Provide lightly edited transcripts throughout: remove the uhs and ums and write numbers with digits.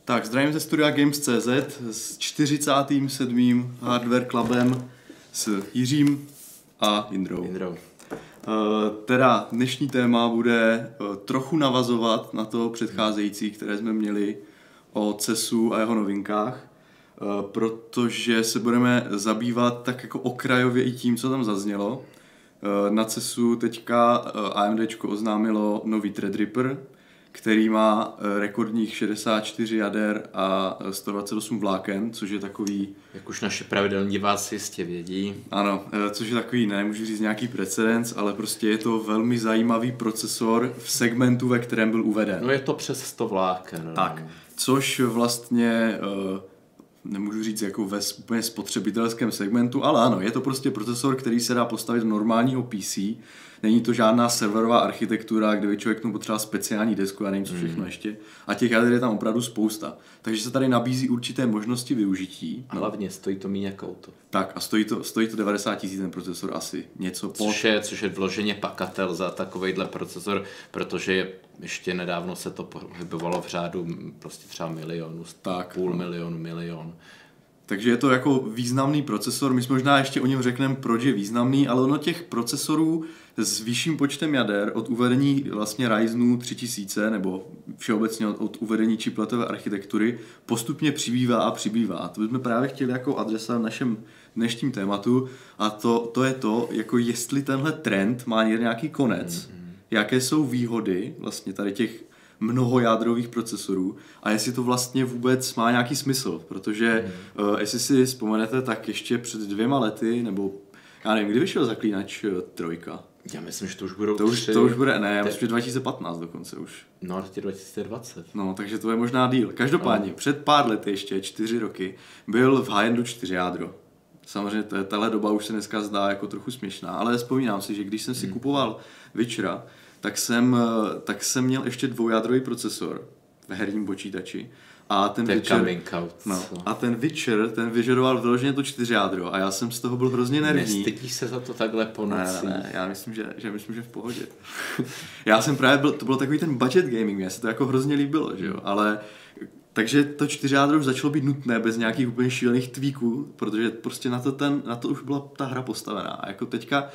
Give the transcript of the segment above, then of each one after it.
Tak, zdravím ze studia Games.cz s 47. Hardware Clubem s Jiřím a Jindrou. Teda dnešní téma bude trochu navazovat na to předcházející, které jsme měli o CESu a jeho novinkách, protože se budeme zabývat tak jako okrajově i tím, co tam zaznělo. Na CESu teďka AMDčko oznámilo nový Threadripper, který má rekordních 64 jader a 128 vláken, což je takový... Jak už naše pravidelní diváci jistě vědí. Ano, což je takový, nemůžu říct nějaký precedens, ale prostě je to velmi zajímavý procesor v segmentu, ve kterém byl uveden. No je to přes 100 vláken. Tak, což vlastně... nemůžu říct jako ve úplně spotřebitelském segmentu, ale ano, je to prostě procesor, který se dá postavit do normálního PC. Není to žádná serverová architektura, kde by člověk k tomu potřeboval speciální desku a nevím co všechno ještě. A těch jader je tam opravdu spousta. Takže se tady nabízí určité možnosti využití. A hlavně stojí to méně jako auto. Tak a stojí to 90 000 ten procesor asi. Něco pod... Což je vloženě pakatel za takovejhle procesor, protože ještě nedávno se to pohybovalo v řádu prostě třeba milionu, půl milion. Takže je to jako významný procesor, my jsme možná ještě o něm řekneme, proč je významný, ale ono těch procesorů s vyšším počtem jader od uvedení vlastně Ryzenu 3000 nebo všeobecně od uvedení chipletové architektury postupně přibývá a přibývá. To bychom právě chtěli jako adresa v našem dnešním tématu a to je to, jako jestli tenhle trend má nějaký konec, jaké jsou výhody vlastně tady těch mnohojádrových procesorů a jestli to vlastně vůbec má nějaký smysl, protože jestli si vzpomenete, tak ještě před 2 lety, nebo já nevím, kdy vyšel Zaklínač 3? Já myslím, že to už budou to už bude, ne, já myslím, že 2015 dokonce už. No, to je 2020. No, takže to je možná díl. Každopádně, před pár lety ještě, 4 roky, byl v high-endu 4 jádro. Samozřejmě tahle doba už se dneska zdá jako trochu směšná, ale vzpomínám si, že když jsem si kupoval Witchera, tak jsem měl ještě 2jádrový procesor v herním počítači a ten Witcher, ten vyžadoval vyloženě to 4 jádro a já jsem z toho byl hrozně nervní. Nestydíš se za to takhle po noci? Ne, já myslím, že v pohodě. Já jsem právě to bylo takový ten budget gaming, mně se to jako hrozně líbilo, že jo, ale takže to 4 jádro už začalo být nutné bez nějakých úplně šílených tweaků, protože prostě na to už byla ta hra postavená. A jako teďka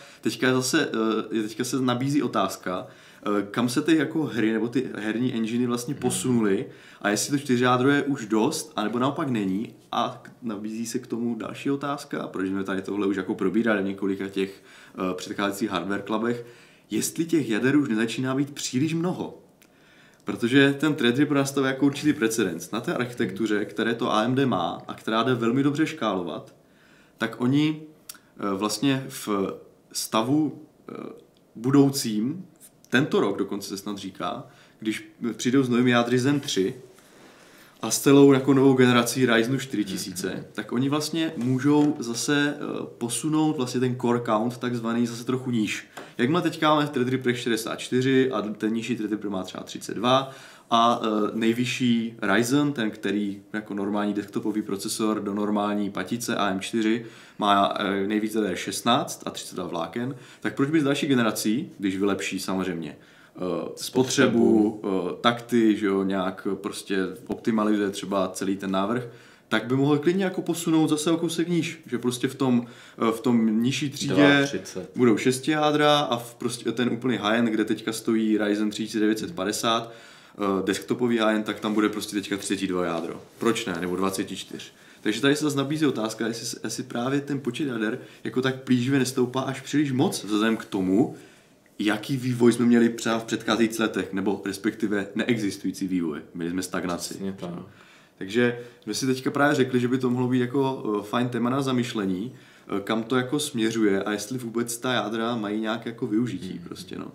se nabízí otázka, kam se ty jako hry nebo ty herní enginy vlastně posunuly a jestli to 4 jádro je už dost, anebo naopak není. A nabízí se k tomu další otázka, protože jsme tady tohle už jako probírali v několika těch předcházejících hardware clubech, jestli těch jader už nezačíná být příliš mnoho. Protože ten Threadripper nastavuje jako určitý precedens. Na té architektuře, které to AMD má a která jde velmi dobře škálovat, tak oni vlastně v stavu budoucím, tento rok dokonce se snad říká, když přijdou s novým jádry Zen 3 a s celou jako novou generací Ryzenu 4000, tak oni vlastně můžou zase posunout vlastně ten core count takzvaný zase trochu níž. Jak má teďka máme v Threadripper 64 a ten nižší Threadripper má třeba 32 a nejvyšší Ryzen, ten který jako normální desktopový procesor do normální patice AM4 má nejvíce jader 16 a 32 vláken, tak proč by z další generací, když vylepší samozřejmě spotřebu, takty, že jo, nějak prostě optimalizuje třeba celý ten návrh, tak by mohl klidně jako posunout zase o kousek níž, že prostě v tom nižší třídě 30. budou 6 jádra a prostě ten úplný high-end, kde teďka stojí Ryzen 3950, desktopový high-end, tak tam bude prostě teďka 32 jádro. Proč ne? Nebo 24. Takže tady se zase nabízí otázka, jestli právě ten počet jader jako tak plíživě nestoupá až příliš moc vzhledem k tomu, jaký vývoj jsme měli třeba v předcházejících letech, nebo respektive neexistující vývoj. Měli jsme stagnaci. Takže jsme si teďka právě řekli, že by to mohlo být jako fajn téma na zamyšlení, kam to jako směřuje a jestli vůbec ta jádra mají nějak jako využití prostě, no.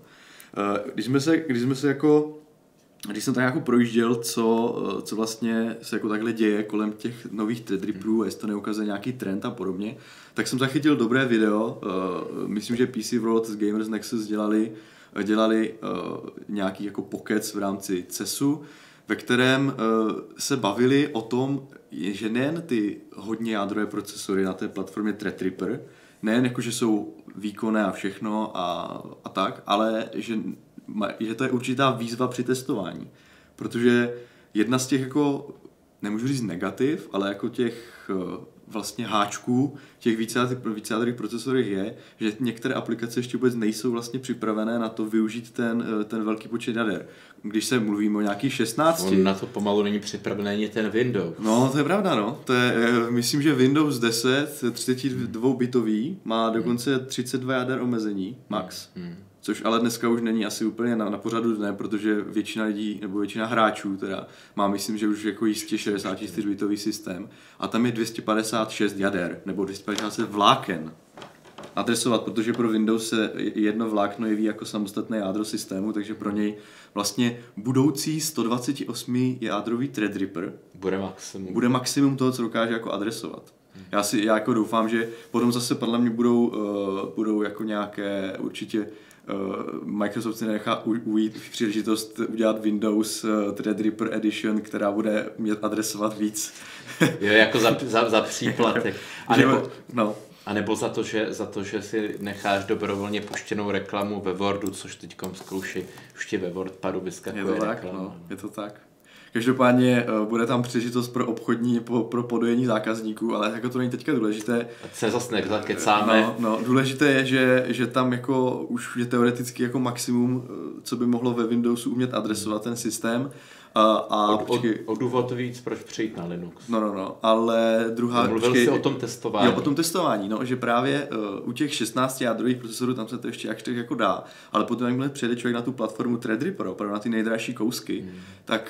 Když jsem tak jako projížděl, co vlastně se jako takhle děje kolem těch nových Threadripperů, jestli to neukazuje nějaký trend a podobně, tak jsem zachytil dobré video, myslím, že PC World z Gamers Nexus dělali nějaký jako pokec v rámci CESu, ve kterém se bavili o tom, že nejen ty hodně jádrové procesory na té platformě Threadripper, nejen jako, že jsou výkonné a všechno a tak, ale že to je určitá výzva při testování. Protože jedna z těch jako nemůžu říct negativ, ale jako těch vlastně háčků těch vícejádrových procesorech je, že některé aplikace ještě vůbec nejsou vlastně připravené na to využít ten velký počet jader. Když se mluvíme o nějakých 16. On na to pomalu není připravený ani ten Windows. No, to je pravda, no. Myslím, že Windows 10 32-bitový má dokonce 32 jader omezení, max. Což ale dneska už není asi úplně na pořadu dne, protože většina lidí, nebo většina hráčů teda, má myslím, že už jako jistě 64-bitový systém a tam je 256 jader, nebo 256 vláken adresovat, protože pro Windows se jedno vlákno jeví jako samostatné jádro systému, takže pro něj vlastně budoucí 128 jádrový Threadripper bude maximum toho, co dokáže jako adresovat. Já jako doufám, že potom zase podle mě budou jako nějaké určitě Microsoft si nechá ujít příležitost udělat Windows Threadripper Edition, která bude mě adresovat víc. Jo, jako za příplatek. A nebo za to, že si necháš dobrovolně puštěnou reklamu ve Wordu, což teďkom zkouší, už ti ve WordPadu vyskakuje reklama. Je to tak, no, je to tak. Každopádně bude tam příležitost pro obchodní, pro podojení zákazníků, ale jako to není teďka důležité. A se zase nezakecáme. No, důležité je, že tam jako už je teoreticky jako maximum, co by mohlo ve Windowsu umět adresovat ten systém. O důvod víc, proč přejít na Linux. No, ale druhá... Mluvil jsi o tom testování. Jo, o tom testování, no, že právě u těch 16 jádrových procesorů tam se to ještě jako dá, ale potom, jakmile přijede člověk na tu platformu Threadripper, opravdu na ty nejdražší kousky, tak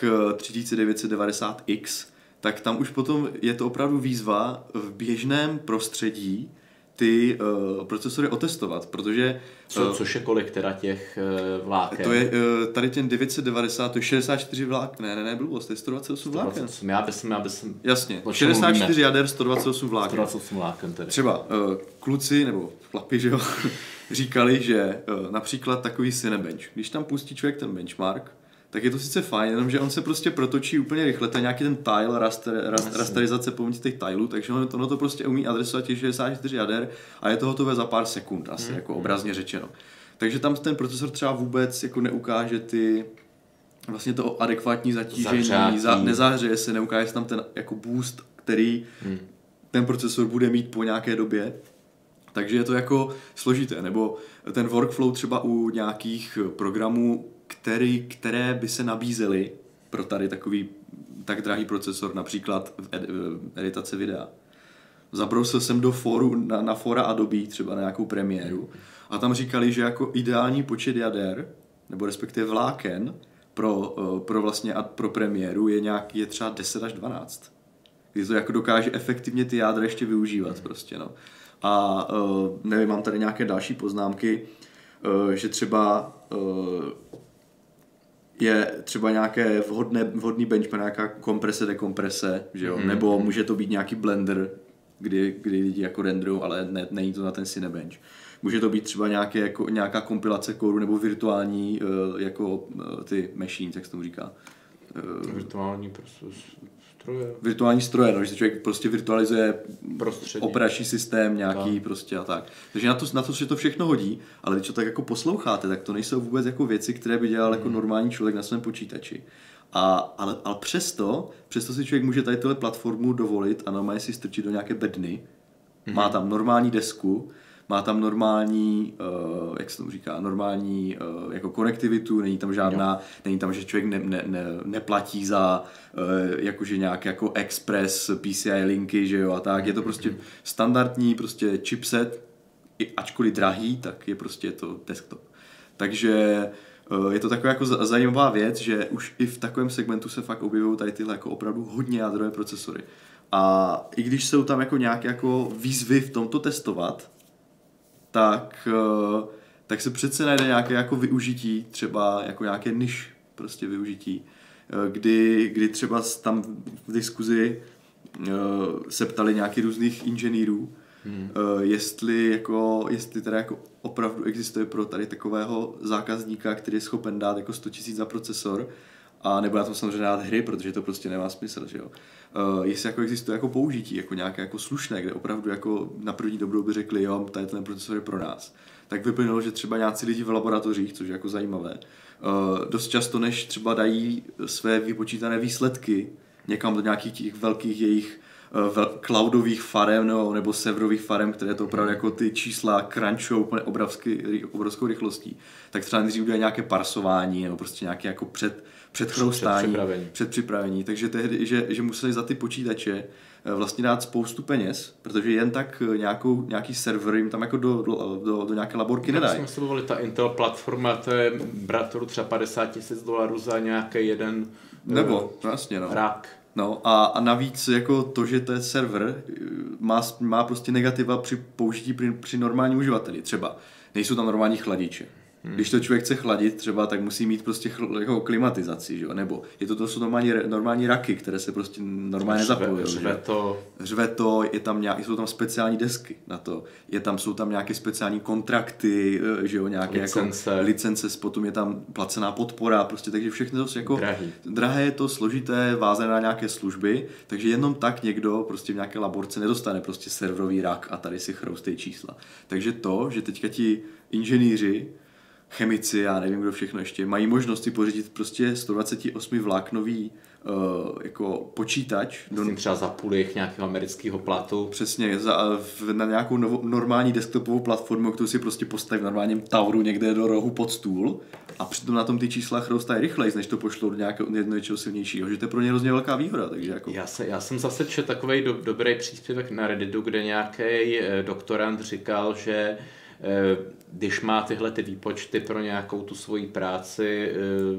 3990X, tak tam už potom je to opravdu výzva v běžném prostředí ty procesory otestovat, protože... Což je kolik teda těch vláken? To je tady ten 990, to je 64 vláken, ne, blbost, to je 128 vláken. Já bych Jasně, 64 jader, 128 vláken. 128 vláken tedy. Třeba kluci, nebo chlapi, že jo, říkali, že například takový Cinebench, když tam pustí člověk ten benchmark, tak je to sice fajn, jenomže on se prostě protočí úplně rychle, to je nějaký ten tile, rasterizace pomocí těch tilů, takže ono to prostě umí adresovat těch 64 jader a je to hotové za pár sekund, asi jako obrazně řečeno. Takže tam ten procesor třeba vůbec jako neukáže vlastně to adekvátní zatížení, nezahřeje se, neukáže se tam ten jako boost, který ten procesor bude mít po nějaké době. Takže je to jako složité, nebo ten workflow třeba u nějakých programů, které by se nabízely pro tady takový tak drahý procesor, například editace videa. Zabrousil jsem do fóru, na fóra Adobe, třeba na nějakou premiéru, a tam říkali, že jako ideální počet jader, nebo respektive vláken pro premiéru je třeba 10 až 12. Když to jako dokáže efektivně ty jádra ještě využívat prostě, no. A nevím, mám tady nějaké další poznámky, že třeba je třeba nějaké vhodný benchmark, nějaká komprese, dekomprese, že jo? Nebo může to být nějaký blender, kdy lidi jako renderujou, ale není to na ten Cinebench. Může to být třeba nějaká kompilace kódu nebo virtuální jako ty machines, jak se tomu říká. Virtuální stroje. Virtuální stroje, no, že se člověk prostě virtualizuje prostředí, operační systém nějaký prostě a tak. Takže na to se to všechno hodí, ale když to tak jako posloucháte, tak to nejsou vůbec jako věci, které by dělal jako normální člověk na svém počítači. Ale přesto si člověk může tady tuhle platformu dovolit a normálně si strčit do nějaké bedny. Má tam normální desku, má tam normální, jak se tomu říká, normální jako konektivitu, není tam, že člověk neplatí za jakože nějak jako express PCI linky, že jo, a tak. Je to prostě standardní prostě chipset, ačkoliv drahý, tak je prostě to desktop. Takže je to taková jako zajímavá věc, že už i v takovém segmentu se fakt objevují tady tyhle jako opravdu hodně jádrové procesory. A i když jsou tam jako nějaké jako výzvy v tomto testovat, tak se přece najde nějaké jako využití, třeba jako nějaké niž prostě využití, kdy třeba tam v diskuzi se ptali nějakých různých inženýrů, jestli teda jako opravdu existuje pro tady takového zákazníka, který je schopen dát jako 100 000 za procesor, a nebo na tom samozřejmě dát hry, protože to prostě nemá smysl, že jo. Jestli jako existuje jako použití, jako nějaké jako slušné, kde opravdu jako na první dobrou by řekli, jo, tady ten procesor je pro nás. Tak vyplynulo, že třeba nějací lidi v laboratořích, což je jako zajímavé, dost často, než třeba dají své vypočítané výsledky někam do nějakých těch velkých jejich cloudových farem nebo serverových farem, které to opravdu jako ty čísla crunchou úplně obrovskou rychlostí, tak třeba nejdřív udělají nějaké parsování nebo prostě nějaké jako předchrostání, předpřipravení. Takže tehdy, že museli za ty počítače vlastně dát spoustu peněz, protože jen tak nějaký server jim tam jako do nějaké laborky nedají. My jsme se bavili, ta Intel platforma, to je bratru třeba $50,000 za nějaký jeden rack. No a navíc jako to, že to je server, má prostě negativa při použití při normálním uživateli. Třeba nejsou tam normální chladiče. Když to člověk chce chladit třeba, tak musí mít prostě jako klimatizaci, že? Nebo to jsou normální raky, které se prostě normálně nezapojují. Řve to, jsou tam speciální desky na to, jsou tam nějaké speciální kontrakty, že jo, nějaké licence, potom je tam placená podpora, prostě, takže všechno to jako drahé, je to složité, vázané na nějaké služby, takže jenom tak někdo prostě v nějaké laborce nedostane prostě serverový rak a tady si chroustej čísla. Takže to, že teďka ti inženýři, chemici, já nevím, kdo všechno ještě, mají možnost si pořídit prostě 128 vláknový jako počítač. Třeba za půl jejich nějakého amerického platu. Přesně, na nějakou normální desktopovou platformu, kterou si prostě postaví v normálním tauru někde do rohu pod stůl a přitom na tom ty čísla chroustají rychleji, než to pošlou do nějakého něčeho silnějšího, že to je pro ně hrozně velká výhoda. Takže jako... Já jsem zase četl takovej dobrý příspěvek na Redditu, kde nějaký doktorand říkal, že když má tyhle ty výpočty pro nějakou tu svoji práci,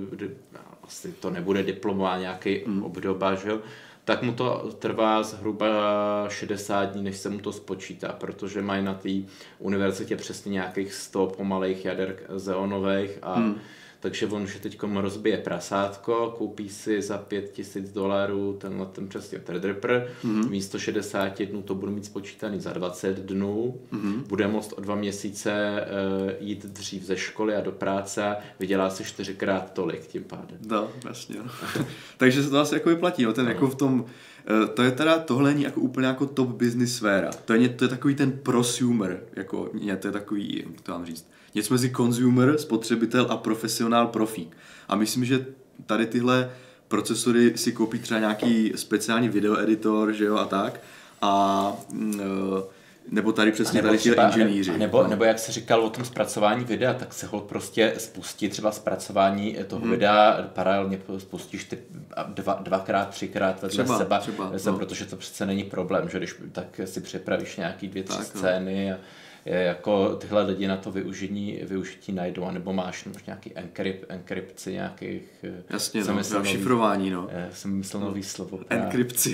asi to nebude diplomová nějaký obdoba, že jo, tak mu to trvá zhruba 60 dní, než se mu to spočítá, protože mají na té univerzitě přesně nějakých 100 pomalejch jader xeonových a takže on, že teď rozbije prasátko, koupí si za $5,000 ten přesně Threadripper, místo 60 dnů to bude mít spočítaný za 20 dnů, bude moct o 2 měsíce jít dřív ze školy a do práce a vydělá si 4x tolik tím pádem. No, jasně. Takže se to asi jako vyplatí, jako v tom, to je teda, tohle není jako úplně jako top business sféra, to je takový ten prosumer, jako, to je takový, jak to mám říct, něco mezi consumer, spotřebitel a profesionál profík. A myslím, že tady tyhle procesory si koupí třeba nějaký speciální videoeditor, že jo, a tak. A nebo tady přesně tady ty inženýři. Nebo jak se říkal o tom zpracování videa, tak se ho prostě spustí třeba zpracování toho videa, paralelně spustíš ty dvakrát, třikrát vedle sebe, protože to přece není problém, že když tak si připravíš nějaký 2-3 scény a jako tyhle lidi na to využití najdou, nebo máš nějaký enkrypci nějakých... Jasně, šifrování, Jsem myslel nový slovo. Enkrypci.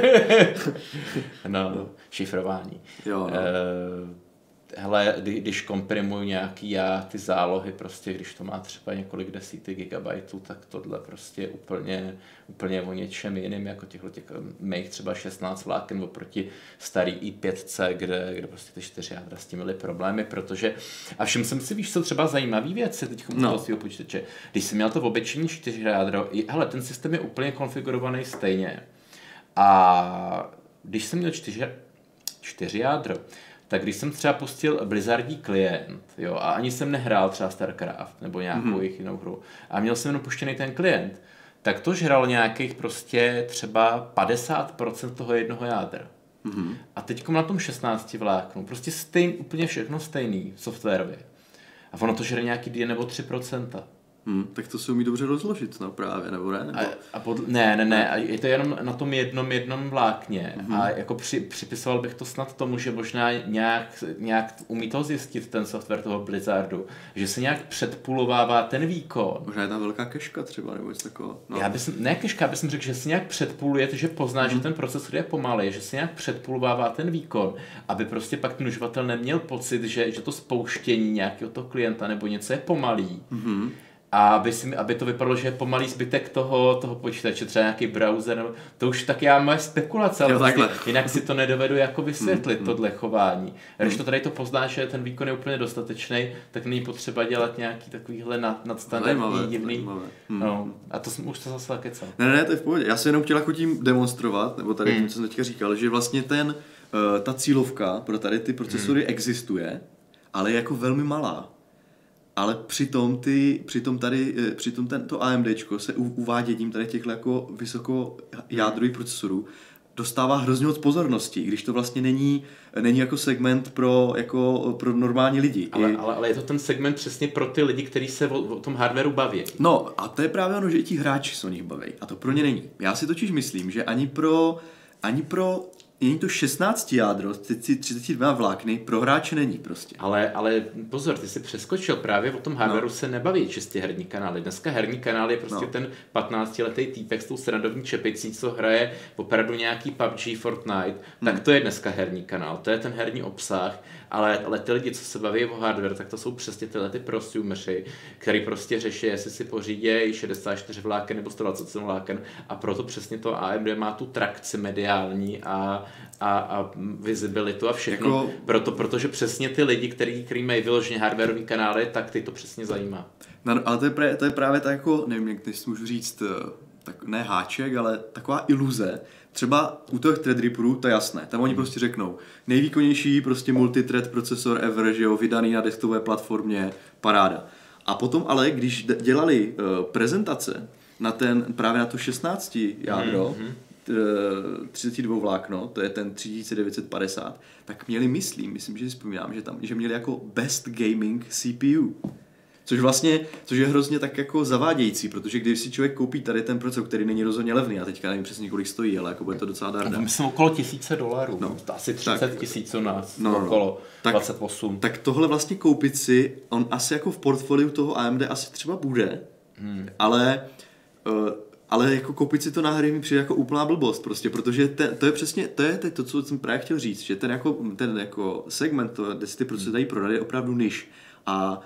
Šifrování. Jo, Hele, když komprimuju nějaký ty zálohy, prostě když to má třeba několik desítek gigabajtů, tak tohle prostě je úplně o něčem jiným, jako těch mých třeba 16 vláken oproti starý i5C, kde prostě ty 4 jádra s tím měly problémy, protože a všim jsem si, víš co, třeba zajímavý věci teď toho svého počítače. Když jsem měl to v obyčejní 4 jádro, hele, ten systém je úplně konfigurovaný stejně. A když jsem měl 4 jádro, tak když jsem třeba pustil Blizzardí klient, jo, a ani jsem nehrál třeba StarCraft nebo nějakou jejich jinou hru, a měl jsem jenom puštěný ten klient, tak to žral nějakých prostě třeba 50% toho jednoho jádra. A teď na tom 16 vláknu, prostě úplně všechno stejný softwarově. A ono to žere nějaký 2 nebo 3%. Tak to se umí dobře rozložit, právě, nebo ne? Nebo... Ne, a je to jenom na tom jednom vlákně a jako připisoval bych to snad tomu, že možná nějak umí to zjistit ten software toho Blizzardu, že se nějak předpulovává ten výkon. Možná je tam velká keška třeba, nebo něco takového. Já bych řekl, že se nějak předpuluje, že pozná, že ten procesor je pomalý, že se nějak předpulovává ten výkon, aby prostě pak ten uživatel neměl pocit, že to spouštění nějakého toho klienta nebo něco je pomalý. A aby to vypadalo, že je pomalý zbytek toho počítače, třeba nějaký browser, nebo, to už tak já moje spekulace, ale vlastně jinak si to nedovedu jako vysvětlit, tohle chování. Když to tady to pozná, že ten výkon je úplně dostatečný, tak není potřeba dělat nějaký takovýhle nadstandardní divný. A to jsem už to zase kecal. Ne, to je v pohodě. Já jsem jenom chtěl jako tím demonstrovat, nebo tady tím, co jsem teďka říkal, že vlastně ta cílovka pro tady ty procesory existuje, ale je jako velmi malá. ale přitom to AMDčko se uváděním tady těchto jako vysokojádrových procesorů dostává hrozně moc pozornosti, když to vlastně není jako segment pro normální lidi. Ale je to ten segment přesně pro ty lidi, kteří se o tom hardwareu baví. No a to je právě ono, že i ti hráči se o nich baví. A to pro ně není. Já si totiž myslím, že ani pro není to 16 jádro, 32 vlákny, pro hráče není prostě. Ale pozor, ty jsi přeskočil, právě o tom hardwareu se nebaví čistě herní kanály. Dneska herní kanál je prostě ten 15letý týpek s tou srandovní čepicí, co hraje opravdu nějaký PUBG, Fortnite, tak to je dneska herní kanál, to je ten herní obsah, ale ty lidi, co se baví o hardware, tak to jsou přesně tyhle ty prosumeři, který prostě řeší, jestli si pořídějí 64 vláken nebo 127 vláken a proto přesně to AMD má tu trakci mediální a visibilitu a všechno. Protože přesně ty lidi, kteří mají vyloženě hardwareový kanály, tak ty to přesně zajímá. No, ale to je právě tak jako, nevím, jak teď můžu říct, tak ne háček, ale taková iluze. Třeba u těch Threadripperů to je jasné. Tam oni prostě řeknou, nejvýkonnější prostě multithread procesor ever, že jo, vydaný na desktopové platformě, paráda. A potom ale, když dělali prezentace právě na to 16 jádro, 32 vlákno, to je ten 3950, tak měli, myslím, že si vzpomínám, že měli jako best gaming CPU. Což je hrozně tak jako zavádějící, protože když si člověk koupí tady ten procesor, který není rozhodně levný, a teďka nevím přesně kolik stojí, ale jako bude to docela darda. Myslím okolo $1000, no, asi 30 000 u nás, okolo 28. Tak tohle vlastně koupit si, on asi jako v portfoliu toho AMD asi třeba bude, ale jako koupit si to na hry mi přijde jako úplná blbost prostě, protože to je přesně, to je to, co jsem právě chtěl říct, že ten jako segment, kde si ty procesory dají prodat, je opravdu niž. A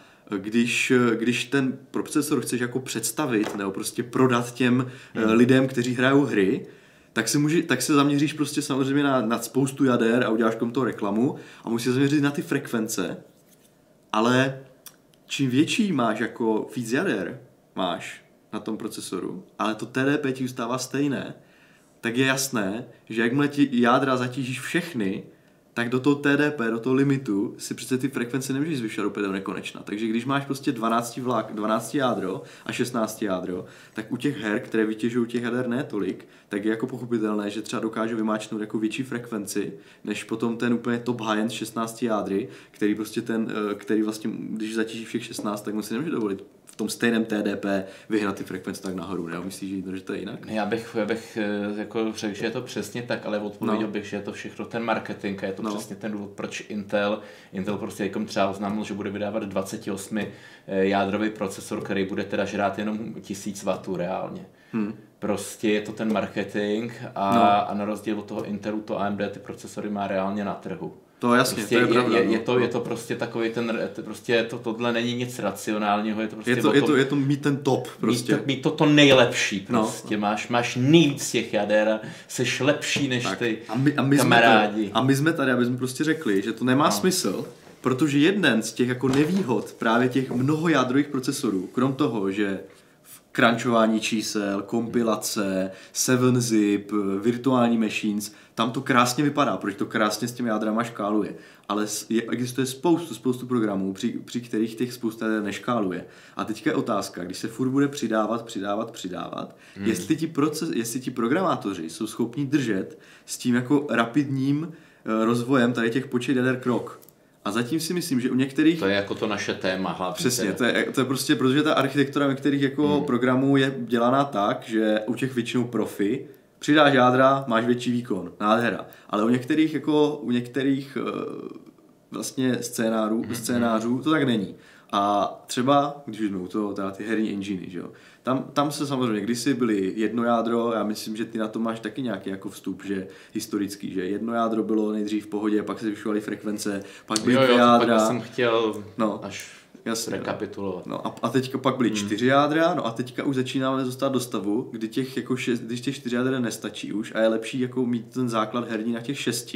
když ten procesor chceš jako představit nebo prostě prodat těm lidem, kteří hrajou hry, tak se zaměříš prostě samozřejmě na spoustu jader a uděláš kolem toho reklamu a musíš zaměřit na ty frekvence, ale čím větší máš jako víc jader máš na tom procesoru, ale to TDP ti zůstává stejné, tak je jasné, že jakmile ti jádra zatížíš všechny, tak do toho TDP, do toho limitu si přece ty frekvence nemůžeš zvyšovat úplně do nekonečna. Takže když máš prostě 12 jádro a 16 jádro, tak u těch her, které vytěžují těch jader ne tolik, tak je jako pochopitelné, že třeba dokážou vymáčknout jako větší frekvenci, než potom ten úplně top high-end 16 jádry, který vlastně, když zatíží všech 16, tak mu si nemůže dovolit v tom stejném TDP vyhnat ty frekvence tak nahoru, ne? Myslíš, že to je jinak? Já bych jako řekl, že je to přesně tak, ale odpověděl bych, že je to všechno ten marketing a je to přesně ten důvod, proč Intel prostě jako třeba oznámil, že bude vydávat 28 jádrový procesor, který bude teda žrát jenom 1000 W reálně. Prostě je to ten marketing a na rozdíl od toho Intelu to AMD ty procesory má reálně na trhu. To jasně, prostě to je pravda. Je to prostě takový tohle není nic racionálního, je to prostě je to mít ten top prostě. Mít to nejlepší prostě, máš nejvíc těch jader a seš lepší než ty kamarádi. A my jsme tady, aby jsme prostě řekli, že to nemá smysl, protože jeden z těch jako nevýhod právě těch mnohojádrových procesorů, krom toho, že crunchování čísel, kompilace, 7-zip, virtuální machines, tam to krásně vypadá, protože to krásně s těmi jádrama škáluje. Ale existuje spoustu programů, při kterých těch spousta jader neškáluje. A teďka je otázka, když se furt bude přidávat, jestli ti programátoři jsou schopni držet s tím jako rapidním rozvojem tady těch počet jader krok. A zatím si myslím, že u některých... To je jako to naše téma hlavně. Přesně, to je prostě, protože ta architektura některých jako programů je dělaná tak, že u těch většinou profi přidáš jádra, máš větší výkon, nádhera. Ale u některých vlastně scénářů to tak není. A třeba, když jsme u toho, teda ty herní enginy, že jo, tam se samozřejmě, kdysi byly jedno jádro, já myslím, že ty na to máš taky nějaký jako vstup, že historický, že jedno jádro bylo nejdřív v pohodě, pak se zvyšovaly frekvence, pak byly dvě jádra. Pak jsem chtěl až rekapitulovat. No a teďka pak byly 4 jádra, no a teďka už začínáme dostat do stavu, když těch 4 jádra nestačí už a je lepší jako mít ten základ herní na těch 6,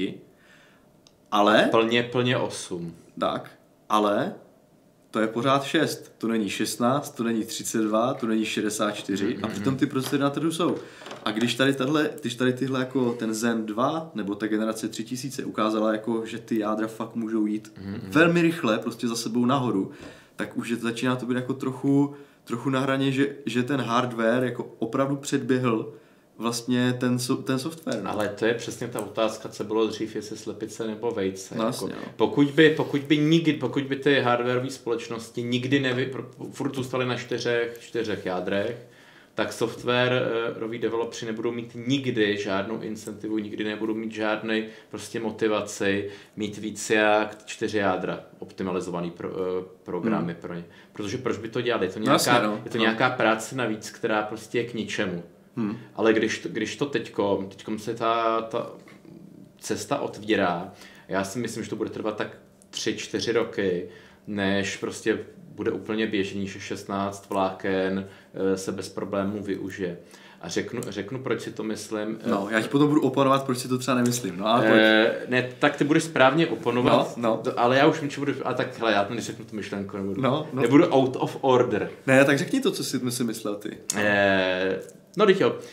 ale... Plně 8. Tak, ale... To je pořád 6, to není 16, to není 32, to není 64 a přitom ty procesory na trhu jsou. A když tady tyhle jako ten Zen 2 nebo ta generace 3000 ukázala jako, že ty jádra fakt můžou jít velmi rychle prostě za sebou nahoru, tak už začíná to být jako trochu na hraně, že ten hardware jako opravdu předběhl vlastně ten software. No. Ale to je přesně ta otázka, co bylo dřív, jestli slepice nebo vejce. No, jako, jasně, no. Pokud by ty hardwareové společnosti nikdy furt zůstaly na čtyřech jádrech, tak softwaroví developři nebudou mít nikdy žádnou incentivu, nikdy nebudou mít žádnej prostě motivaci mít víc jak 4 jádra optimalizovaný programy pro ně. Protože proč by to dělali? Je to nějaká práce navíc, která prostě je k ničemu. Ale když to teďkom se ta cesta otvírá, já si myslím, že to bude trvat tak 3-4 roky, než prostě bude úplně běžný, že 16 vláken se bez problémů využije. A řeknu, proč si to myslím. No, já ti potom budu oponovat, proč si to třeba nemyslím. No, ale ne, tak ty budeš správně oponovat, no. Ale já už vím, budu. Ale tak hele, já to neřeknu tu myšlenku, nebudu out of order. Ne, tak řekni to, co si myslel ty. No, teď jo.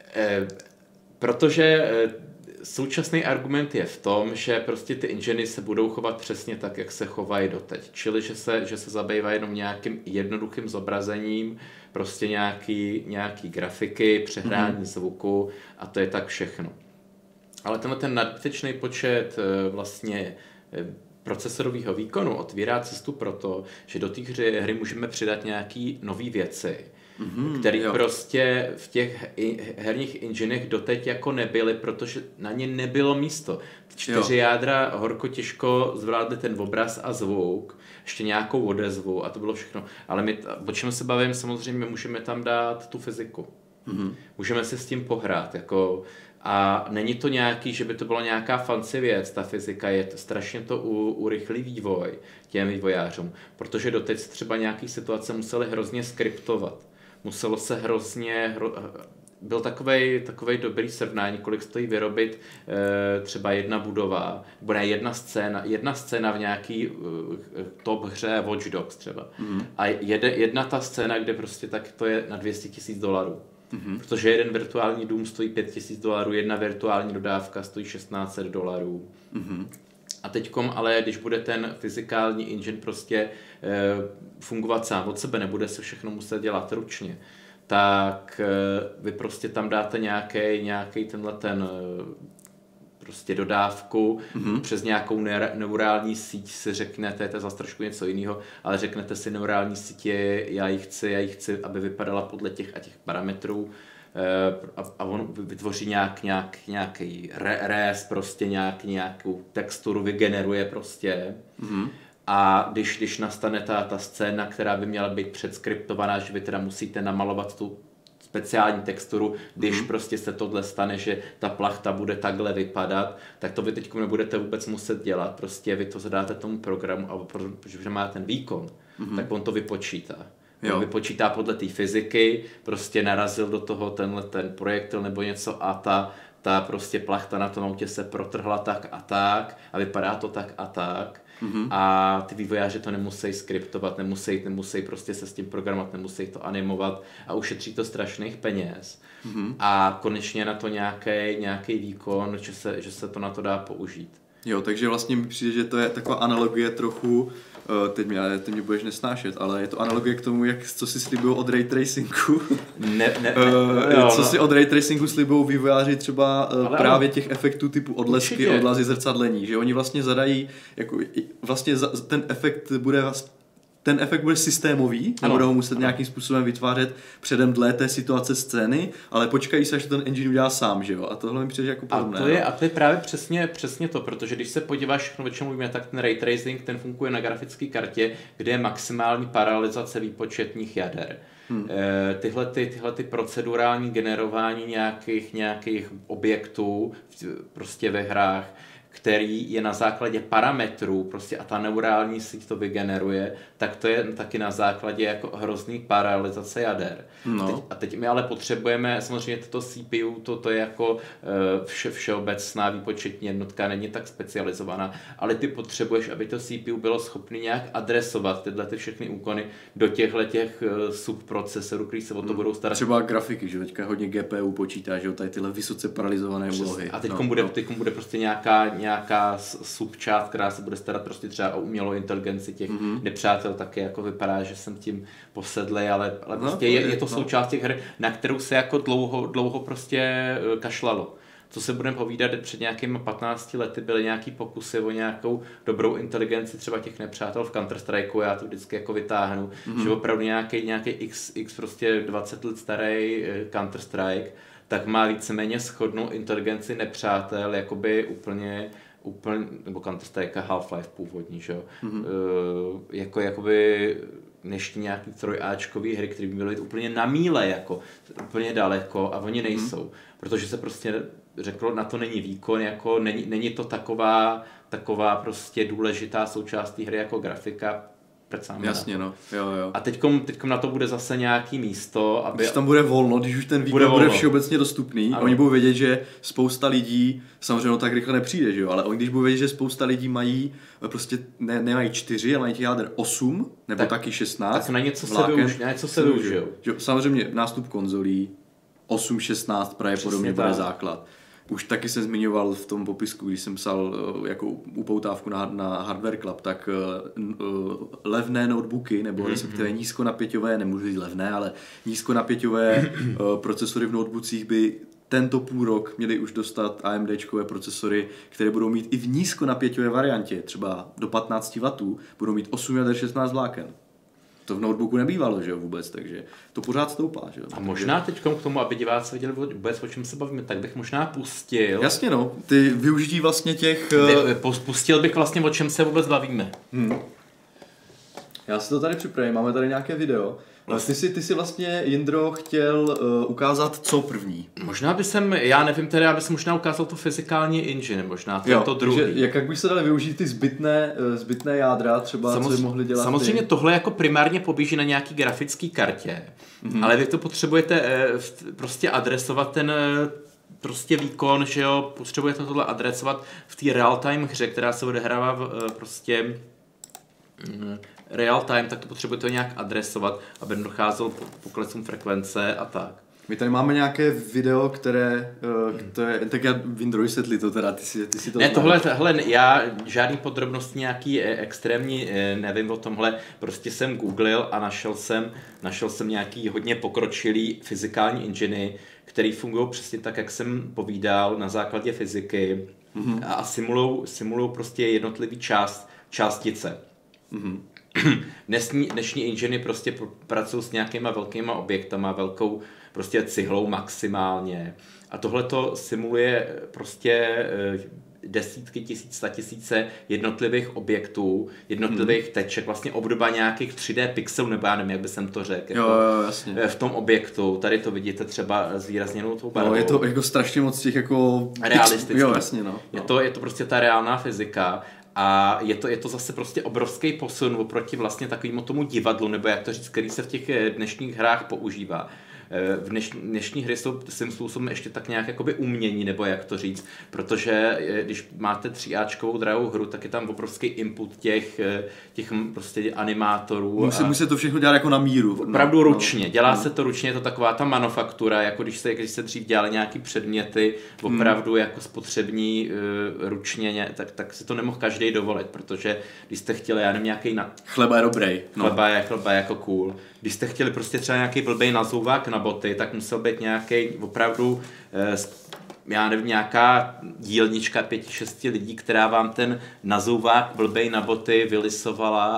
Protože současný argument je v tom, že prostě ty enginy se budou chovat přesně tak, jak se chovají doteď. Čili, že se zabývají jenom nějakým jednoduchým zobrazením, prostě nějaký grafiky, přehrání zvuku a to je tak všechno. Ale ten nadbytečný počet vlastně procesorového výkonu otvírá cestu proto, že do té hry můžeme přidat nějaký nový věci, které prostě v těch herních enginech doteď jako nebyly, protože na ně nebylo místo. 4 jádra horko těžko zvládly ten obraz a zvuk, ještě nějakou odezvu a to bylo všechno. Ale my, o čem se bavím, samozřejmě můžeme tam dát tu fyziku. Můžeme se s tím pohrát, jako. A není to nějaký, že by to byla nějaká fancy věc, ta fyzika, strašně to urychlí vývoj těm vývojářům, protože doteď se třeba nějaký situace museli hrozně skriptovat. Muselo se byl takovej dobrý srovnání, kolik stojí vyrobit třeba jedna budova, nebo ne, jedna scéna v nějaký top hře Watch Dogs třeba. A jedna ta scéna, kde prostě tak to je na $200,000. Protože jeden virtuální dům stojí $5,000, jedna virtuální dodávka stojí $1,600. A teďkom, ale když bude ten fyzikální engine prostě fungovat sám od sebe, nebude se všechno muset dělat ručně, tak vy prostě tam dáte nějaký ten prostě dodávku, přes nějakou neurální síť si řeknete, to je zase trošku něco jiného, ale řeknete si neurální sítě, já ji chci, aby vypadala podle těch a těch parametrů a on vytvoří nějaký res, prostě nějakou texturu vygeneruje prostě. A když nastane ta scéna, která by měla být předskriptovaná, že vy teda musíte namalovat tu speciální texturu, když prostě se tohle stane, že ta plachta bude takhle vypadat, tak to vy teď nebudete vůbec muset dělat, prostě vy to zadáte tomu programu, a protože má ten výkon, tak on to vypočítá. On vypočítá podle té fyziky, prostě narazil do toho ten projektil nebo něco a ta prostě plachta na tom autě se protrhla tak a vypadá to tak a tak. A ty vývojáři to nemusí skriptovat, nemusí prostě se s tím programovat, nemusí to animovat a ušetří to strašných peněz. A konečně na to nějaký výkon, že se to na to dá použít. Jo, takže vlastně mi přijde, že to je taková analogie trochu, teď mě budeš nesnášet, ale je to analogie k tomu, co si slibujou od ray tracingu. Co si od ray tracingu slibujou vývojáři třeba právě těch efektů typu odlesky, odlazy, zrcadlení, že oni vlastně zadají, jako vlastně ten efekt bude systémový, nebudou ho muset nějakým způsobem vytvářet předem dle té situace scény, ale počkají se, až ten engine udělá sám, že jo? A tohle mi přijde jako podobné. A to je právě přesně to, protože když se podíváš všechno, o čem mluvíme, tak ten ray tracing, ten funguje na grafické kartě, kde je maximální paralelizace výpočetních jader. Tyhle procedurální generování nějakých objektů prostě ve hrách, který je na základě parametrů prostě a ta neurální síť to vygeneruje, tak to je taky na základě jako hrozný paralelizace jader. A teď my ale potřebujeme, samozřejmě toto CPU, to je jako všeobecná výpočetní jednotka, není tak specializovaná, ale ty potřebuješ, aby to CPU bylo schopné nějak adresovat tyhle všechny úkony do těch subprocesorů, který se o to budou starat. Třeba grafiky, že teďka hodně GPU počítá, že jo, tady tyhle vysoce paralizované úlohy. A teď bude prostě nějaká nějaká subčást, která se bude starat prostě třeba o umělou inteligenci těch nepřátel, taky jako vypadá, že jsem tím posedlej, ale prostě je to součást těch her, na kterou se jako dlouho prostě kašlalo. Co se budeme povídat, před nějakými 15 lety byly nějaký pokusy o nějakou dobrou inteligenci třeba těch nepřátel v Counter-Strikeu, já to vždycky jako vytáhnu, že opravdu nějaký X prostě 20 let starý Counter-Strike, tak má víceméně shodnou inteligenci nepřátel, jakoby úplně nebo Counter-Strike Half-Life původní, že jo? Jakoby dnešní nějaký trojáčkový hry, které by byly úplně na míle, jako úplně daleko a oni nejsou, protože se prostě řeklo, na to není výkon, jako není to taková prostě důležitá součást té hry jako grafika. Jasně, no. Jo. A teďkom na to bude zase nějaký místo, aby... Když tam bude volno, když už ten výkon bude všeobecně dostupný, oni budou vědět, že spousta lidí, samozřejmě tak rychle nepřijde, že jo, ale oni když budou vědět, že spousta lidí mají, prostě nemají 4, ale mají těch jáder 8, nebo taky 16. Tak na něco se využijou. Samozřejmě nástup konzolí, 8, 16 pravděpodobně bude základ. Už taky jsem zmiňoval v tom popisku, když jsem psal jako upoutávku na Hardware Club, tak levné notebooky, nebo respektive nízkonapěťové, nemůžu říct levné, ale nízkonapěťové procesory v notebookích by tento půl rok měli už dostat AMDčkové procesory, které budou mít i v nízkonapěťové variantě, třeba do 15 W, budou mít 8 jader 16 vláken. To v notebooku nebývalo, že jo, vůbec, takže to pořád stoupá, že jo. A možná teďkom k tomu, aby diváci viděli vůbec, o čem se bavíme, tak bych možná pustil... Jasně, no, ty využití vlastně těch... Pustil bych vlastně, o čem se vůbec bavíme. Já si to tady připravím, máme tady nějaké video. Ty jsi vlastně, Jindro, chtěl ukázat co první? Možná já nevím tedy, já bych možná ukázal to fyzikální engine, možná to druhý. Jak bych se dali využít ty zbytné jádra, třeba co by mohli dělat? Samozřejmě tohle jako primárně poběží na nějaký grafický kartě, ale vy to potřebujete prostě adresovat ten prostě výkon, že jo, potřebujete tohle adresovat v té real-time hře, která se odehrává prostě real time, tak to potřebujete nějak adresovat, aby nedocházelo poklesům frekvence a tak. My tady máme nějaké video, které tak já Vindro vysvětlí to teda, ty si to... Ne, tohle, já žádný podrobnosti nějaký extrémní nevím o tomhle, prostě jsem googlil a našel jsem nějaký hodně pokročilý fyzikální enginy, který fungují přesně tak, jak jsem povídal, na základě fyziky a simulují prostě jednotlivý částice. Dnešní enginy prostě pracují s nějakýma velkýma objektama, velkou prostě cihlou maximálně. A tohle to simuluje prostě desítky tisíc, statisíce jednotlivých objektů, jednotlivých teček, vlastně obdoba nějakých 3D pixelů, nebo já nevím, jak by jsem to řekl. Jo, jasně. V tom objektu, tady to vidíte třeba zvýrazněnou tou barvou. No, je to jako strašně moc těch jako... realistických. Jo, jasně, no. Je to prostě ta reálná fyzika. A je to zase prostě obrovský posun oproti vlastně takovému tomu divadlu, nebo jak to říct, který se v těch dnešních hrách používá. V dnešní hry jsou svým způsobem ještě tak nějak jakoby umění, nebo jak to říct, protože když máte 3Ačkovou drahou hru, tak je tam obrovský input těch prostě animátorů. Musí to všechno dělat jako na míru. Opravdu ručně, dělá se to ručně, je to taková ta manufaktura, jako když se dřív dělaly nějaký předměty, opravdu jako spotřební ručně, tak si to nemohl každý dovolit, protože když jste chtěli, já nevím, nějaký chleba je dobrý. Chleba je jako cool. Když jste chtěli prostě třeba nějaký blbej nazouvák na boty, tak musel být nějaký opravdu, já nevím, nějaká dílnička 5-6 lidí, která vám ten nazouvák blbej na boty vylisovala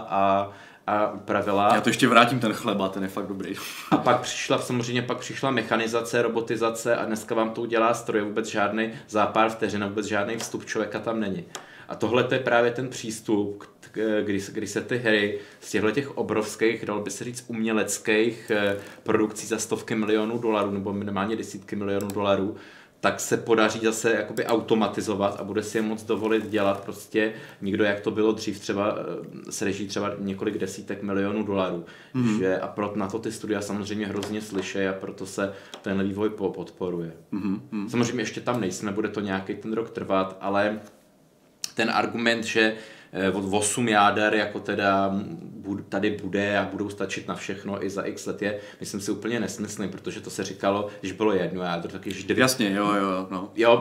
a upravila. Já to ještě vrátím, ten chleba, ten je fakt dobrý. A pak přišla mechanizace, robotizace a dneska vám to udělá stroj, vůbec žádný za pár vteřin, vůbec žádný vstup člověka tam není. A tohle to je právě ten přístup, kdy se ty hry z těch obrovských, dalo by se říct, uměleckých produkcí za $100 milionů nebo minimálně desítky milionů dolarů, tak se podaří zase jakoby automatizovat a bude si je moc dovolit dělat prostě někdo, jak to bylo dřív, třeba s reží třeba několik desítek milionů dolarů. A na to ty studia samozřejmě hrozně slyšejí a proto se ten vývoj podporuje. Samozřejmě ještě tam nejsme, bude to nějaký ten rok trvat, ale ten argument, že od 8 jáder jako teda tady bude a budou stačit na všechno i za x let je, myslím si, úplně nesmyslný, protože to se říkalo, když bylo jedno jádro, tak již 9. Jasně, jo, no. Jo,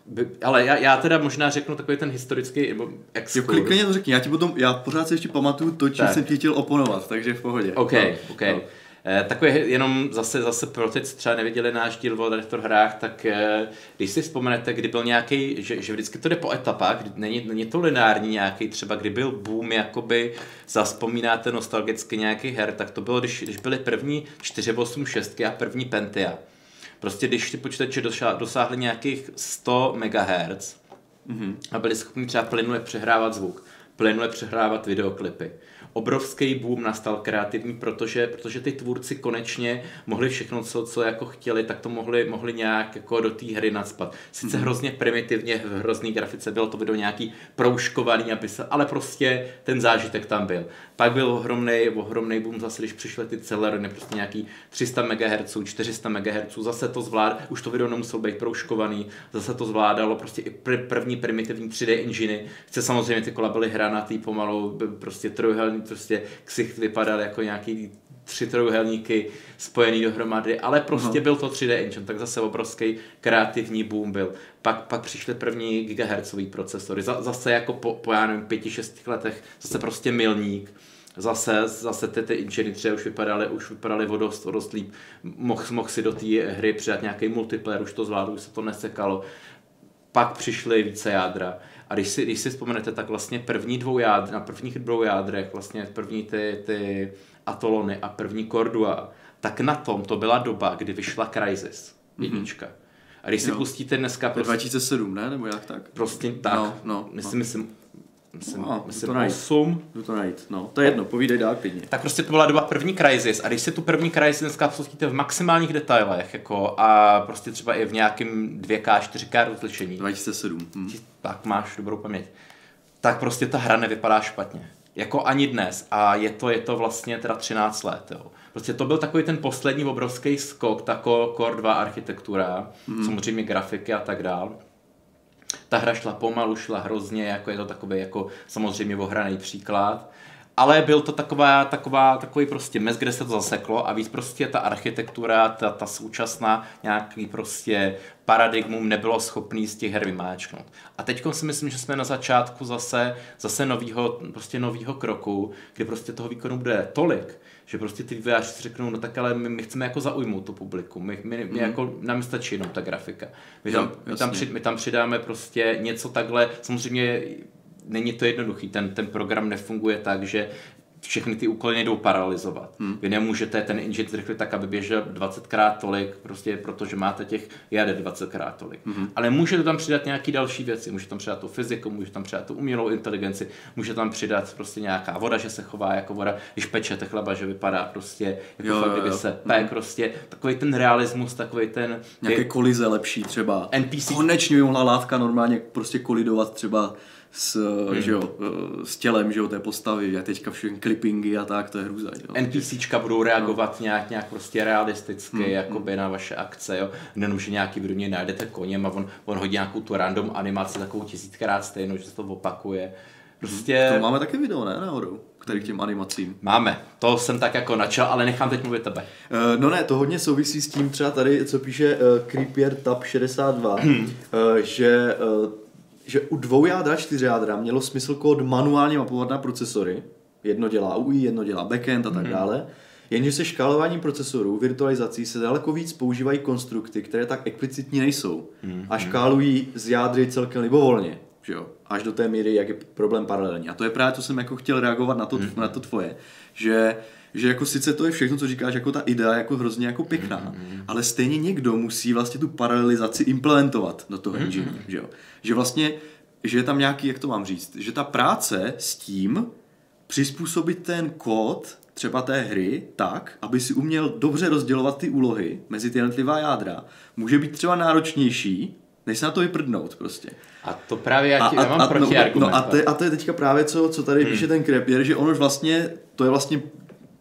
Ale já teda možná řeknu takový ten historický exkurs. Klidně to řekni, já pořád si ještě pamatuju to, čím jsem ti chtěl oponovat, takže v pohodě. OK. Takový jenom zase pro ty, co třeba neviděli náš díl o retrohrách, tak když si vzpomenete, kdy byl nějaký, že vždycky to jde po etapách, není to lineární nějaký, třeba kdy byl boom, jakoby zavzpomínáte nostalgicky nějaký her, tak to bylo, když byly první 486 a první Pentia. Prostě když si počítače dosáhli nějakých 100 MHz a byli schopni třeba plynule přehrávat zvuk, plynule přehrávat videoklipy. Obrovský boom nastal kreativní, protože ty tvůrci konečně mohli všechno, co jako chtěli, tak to mohli nějak jako do té hry nacpat. Sice hrozně primitivně, v hrozný grafice, bylo to video nějaký proužkovaný, ale prostě ten zážitek tam byl. Pak byl ohromnej boom zase, když přišly ty Celerony, prostě nějaký 300 MHz, 400 MHz, zase to zvládalo, už to video nemuselo být proužkovaný, zase to zvládalo prostě i první primitivní 3D enginy. Sice samozřejmě ty kola byly hranatý pomalu, prostě trojuhelní, prostě ksicht vypadal jako nějaký 3 trojuhelníky spojený dohromady, ale prostě byl to 3D engine, tak zase obrovský kreativní boom byl. Pak přišly první gigahertzový procesory, zase jako po já nevím, 5-6 letech, zase prostě milník. Zase ty engine třeba už vypadaly o dost líp. Mohl si do té hry přidat nějaký multiplayer, už to zvládl, už se to nesekalo. Pak přišly více jádra. A když si vzpomenete, tak vlastně na prvních dvou jádrech, vlastně první ty Atolony a první Cordua, tak na tom to byla doba, kdy vyšla Crysis, jednička. A když si pustíte dneska... 2007, ne? Nebo jak tak? Prostě tak. Myslím 8. Jdu to najít. To je jedno, povídej dál klidně. Tak prostě to byla doba první Crysis a když si tu první Crysis dneska pustíte v maximálních detailech jako, a prostě třeba i v nějakém 2K, 4K rozlišení. 2007. Tak máš dobrou paměť. Tak prostě ta hra nevypadá špatně. Jako ani dnes. A je to vlastně teda 13 let. Jo. Prostě to byl takový ten poslední obrovský skok, ta Core 2 architektura, samozřejmě grafiky a tak dál. Ta hra šla pomalu, šla hrozně, jako je to takový jako samozřejmě ohraný příklad. Ale byl to takový prostě mez, kde se to zaseklo a víc prostě ta architektura, ta současná nějaký prostě paradigmum nebylo schopný z těch her vymáčknout. A teďko si myslím, že jsme na začátku zase novýho kroku, kdy prostě toho výkonu bude tolik, že prostě ty vývojáři si řeknou, no tak ale my chceme jako zaujmout to publikum, my jako nám stačí jenom ta grafika. My tam přidáme prostě něco takhle, samozřejmě není to jednoduchý, ten program nefunguje tak, že všechny ty úkoly nejdou paralizovat. Vy nemůžete ten engine zrychlit tak, aby běžel 20krát tolik, prostě protože máte těch jader 20krát tolik. Ale můžete tam přidat nějaký další věci, můžete tam přidat tu fyziku, můžete tam přidat tu umělou inteligenci, můžete tam přidat prostě nějaká voda, že se chová jako voda, když pečete chleba, že vypadá prostě jako fakt, kdyby se pek, prostě takový ten realismus, takový ten... Nějaké kolize lepší třeba. NPC. Konečně by mohla látka normálně prostě kolidovat třeba s tělem, že jo, té postavy, a teďka všechny clippingy a tak, to je hrůza. NPCčka budou reagovat nějak prostě realisticky, jakoby na vaše akce, jo. Nenom, že nějaký v něj najdete koněm a on hodí nějakou tu random animaci, takovou 1000krát stejnou, že se to opakuje. Prostě... To máme taky video, ne, náhodou, který k těm animacím. Máme, to jsem tak jako načal, ale nechám teď mluvit tebe. To hodně souvisí s tím třeba tady, co píše Creepier Tab 62, že u 2 jádra, 4 jádra mělo smysl kód manuálně mapovat na procesory. Jedno dělá UI, jedno dělá backend a tak dále. Jenže se škálováním procesorů, virtualizací se daleko víc používají konstrukty, které tak explicitní nejsou. A škálují z jádry celkem libovolně. Že jo? Až do té míry, jak je problém paralelní. A to je právě, co jsem jako chtěl reagovat na to tvoje. Že jako sice to je všechno, co říkáš, jako ta idea jako hrozně jako pěkná, ale stejně někdo musí vlastně tu paralelizaci implementovat do toho engine, že jo. Že vlastně, že je tam nějaký, jak to mám říct, že ta práce s tím přizpůsobit ten kód třeba té hry tak, aby si uměl dobře rozdělovat ty úlohy mezi ty jednotlivá jádra, může být třeba náročnější, než se na to vyprdnout prostě. A to právě já mám protiargument. A to je teďka právě, co tady píše ten Creepier, že on už vlastně, to je vlastně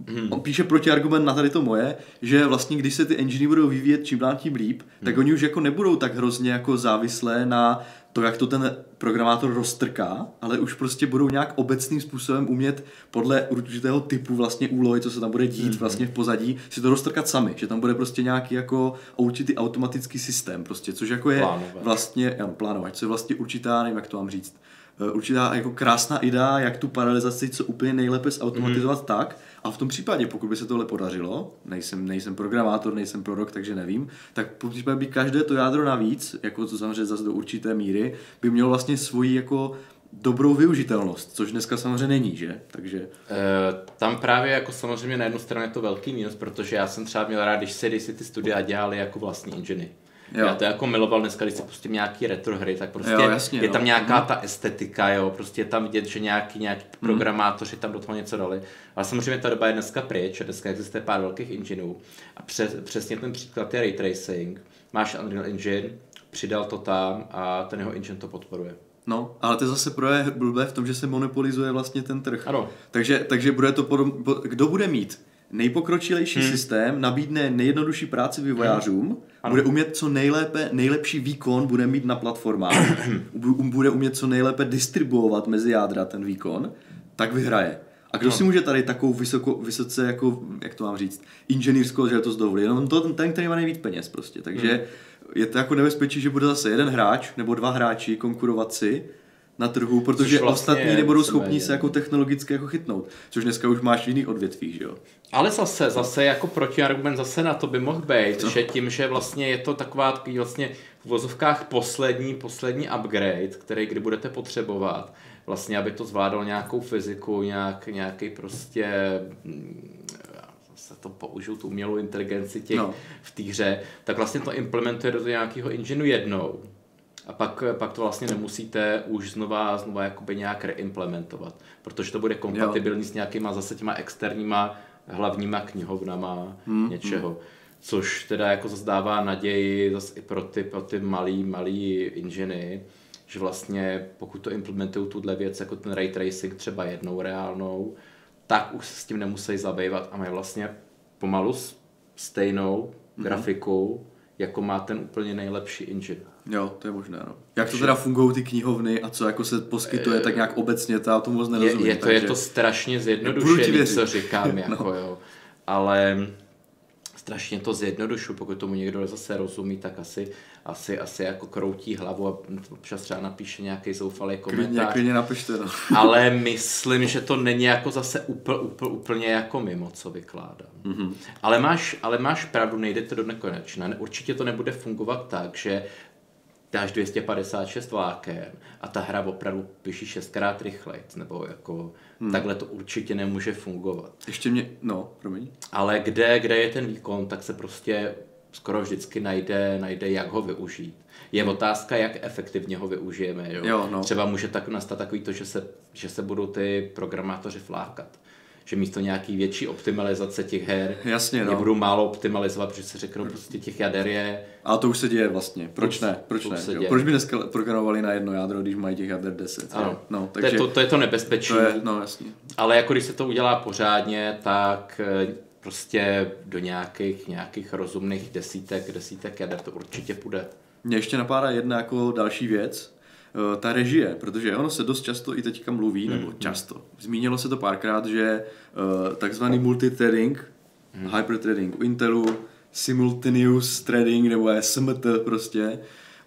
on píše protiargument na tady to moje, že vlastně když se ty enginy budou vyvíjet čím dál tím líp, tak oni už jako nebudou tak hrozně jako závislé na to, jak to ten programátor roztrká, ale už prostě budou nějak obecným způsobem umět podle určitého typu vlastně úlohy, co se tam bude dít vlastně v pozadí, si to roztrkat sami, že tam bude prostě nějaký jako určitý automatický systém prostě, což jako je vlastně, plánovat, co je vlastně určitá, nevím jak to mám říct, určitá jako krásná idea, jak tu paralelizaci co úplně nejlépe zautomatizovat tak, a v tom případě, pokud by se tohle podařilo, nejsem programátor, nejsem prorok, takže nevím, tak v případě by každé to jádro navíc, jako to samozřejmě zase do určité míry, by mělo vlastně svoji jako dobrou využitelnost, což dneska samozřejmě není, že? Takže... Tam právě jako samozřejmě na jednu stranu je to velký mínus, protože já jsem třeba měl rád, když si ty studia dělali jako vlastní enginy. Jo. Já to jako miloval dneska, když si pustím nějaký retro hry, tak prostě jasně, je tam nějaká ta estetika, jo, prostě je tam vidět, že nějaký programátoři tam do toho něco dali. Ale samozřejmě ta doba je dneska pryč, a dneska existuje pár velkých engineů a přesně ten příklad je ray tracing. Máš Unreal Engine, přidal to tam a ten jeho engine to podporuje. No, ale to zase je blbé v tom, že se monopolizuje vlastně ten trh. Ano. Takže bude to kdo bude mít nejpokročilejší systém, nabídne nejjednodušší práci vývojářům, bude umět co nejlepší výkon bude mít na platformách, bude umět co nejlépe distribuovat mezi jádra ten výkon, tak vyhraje. A kdo si může tady takovou vysoce, jako, jak to mám říct, inženýrskou, že to zdovolí? Jenom ten, který má nejvíc peněz prostě. Takže je to jako nebezpečí, že bude zase jeden hráč nebo dva hráči konkurovat si na trhu, protože vlastně ostatní nebudou schopní se jako technologicky jako chytnout, což dneska už máš v jiných odvětvích, že jo? Ale zase jako protiargument zase na to by mohl být, že tím, že vlastně je to takový vlastně v vozovkách poslední upgrade, který kdy budete potřebovat, vlastně aby to zvládalo nějakou fyziku, nějaký prostě se to použiju tu umělou inteligenci v té hře, tak vlastně to implementuje do nějakého engineu jednou. A pak to vlastně nemusíte už znova jakoby nějak reimplementovat, protože to bude kompatibilní s nějakýma zase těma externíma hlavníma knihovnama něčeho. Což teda jako zase dává naději zase i pro ty malý enginy, že vlastně pokud to implementují tuhle věc jako ten ray tracing třeba jednou reálnou, tak už se s tím nemusí zabývat a mají vlastně pomalu stejnou grafiku, jako má ten úplně nejlepší engine. Jo, to je možné, no. Jak to teda fungují ty knihovny a co jako se poskytuje tak nějak obecně, to já tomu moc nerozumím. Je to strašně zjednodušené, co říkám, jako jo. Ale strašně to zjednodušu, pokud tomu někdo zase rozumí, tak asi jako kroutí hlavu a občas třeba napíše nějaký zoufalý komentář. Klidně napište, no. Ale myslím, že to není jako zase úplně jako mimo, co vykládám. Ale máš pravdu, nejde to do nekonečna. Určitě to nebude fungovat tak, že dáš 256 vláken a ta hra opravdu píší 6x rychleji, nebo jako takhle to určitě nemůže fungovat. Ještě promiň. Ale kde je ten výkon, tak se prostě skoro vždycky najde, jak ho využít. Je otázka, jak efektivně ho využijeme. Jo? Třeba může tak nastat takový to, že se budou ty programátoři flákat. Že místo nějaký větší optimalizace těch her budou málo optimalizovat, protože se řeknou, prostě těch jader je... A to už se děje vlastně. Proč ne? Proč by dneska programovali na jedno jádro, když mají těch jader 10? Ano. No, takže to je to nebezpečí. Jasně. Ale jako když se to udělá pořádně, tak prostě do nějakých rozumných desítek jader to určitě půjde. Mně ještě napadá jedna jako další věc, ta režie, protože ono se dost často i teďka mluví, nebo často, zmínilo se to párkrát, že takzvaný multithreading, hyperthreading u Intelu, simultaneous threading, nebo je SMT prostě,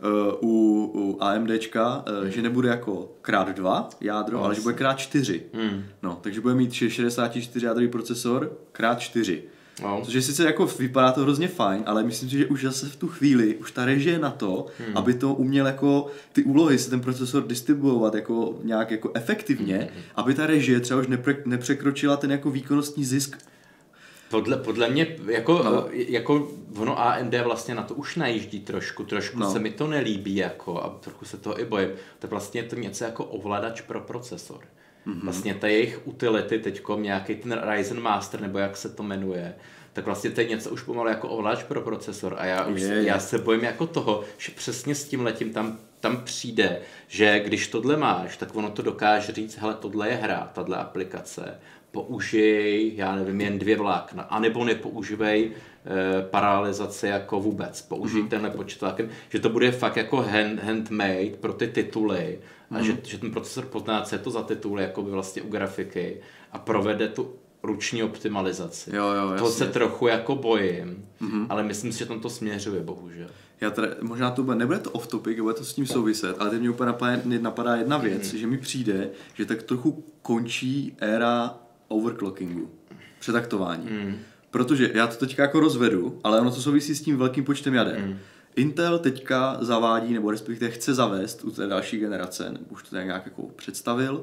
u AMDčka, že nebude jako krát 2 jádro, ale že bude krát 4. No, takže bude mít 64 jádrový procesor krát 4. Což je sice jako vypadá to hrozně fajn, ale myslím si, že už zase v tu chvíli, už ta režie na to, aby to uměl jako ty úlohy se ten procesor distribuovat jako nějak jako efektivně, aby ta režie třeba už nepřekročila ten jako výkonnostní zisk. Podle mě jako ono AMD vlastně na to už najíždí trošku se mi to nelíbí jako a trochu se toho i bojím. To vlastně je to něco jako ovladač pro procesor. Vlastně ta jejich utility teďkom, nějaký ten Ryzen Master, nebo jak se to jmenuje, tak vlastně to je něco už pomalu jako ovladač pro procesor a já se bojím jako toho, že přesně s tím letím tam tam přijde, že když tohle máš, tak ono to dokáže říct, hele, tohle je hra, tahle aplikace, použij, já nevím, jen 2 vlákna, anebo nepoužívej paralelizaci jako vůbec, použij tenhle počítákem, že to bude fakt jako handmade pro ty tituly a že ten procesor pozná, co je to za tituly, jako by vlastně u grafiky a provede tu ruční optimalizaci. Jo, to se trochu jako bojím, ale myslím si, že tam to směřuje, bohužel. Já teda, možná to nebude to off topic, bude to s tím souviset, ale teď mě úplně napadá jedna věc, že mi přijde, že tak trochu končí éra overclockingu, přetaktování. Protože já to teďka jako rozvedu, ale ono to souvisí s tím velkým počtem jader. Intel teďka zavádí, nebo respektive chce zavést u té další generace, nebo už to nějak jako představil,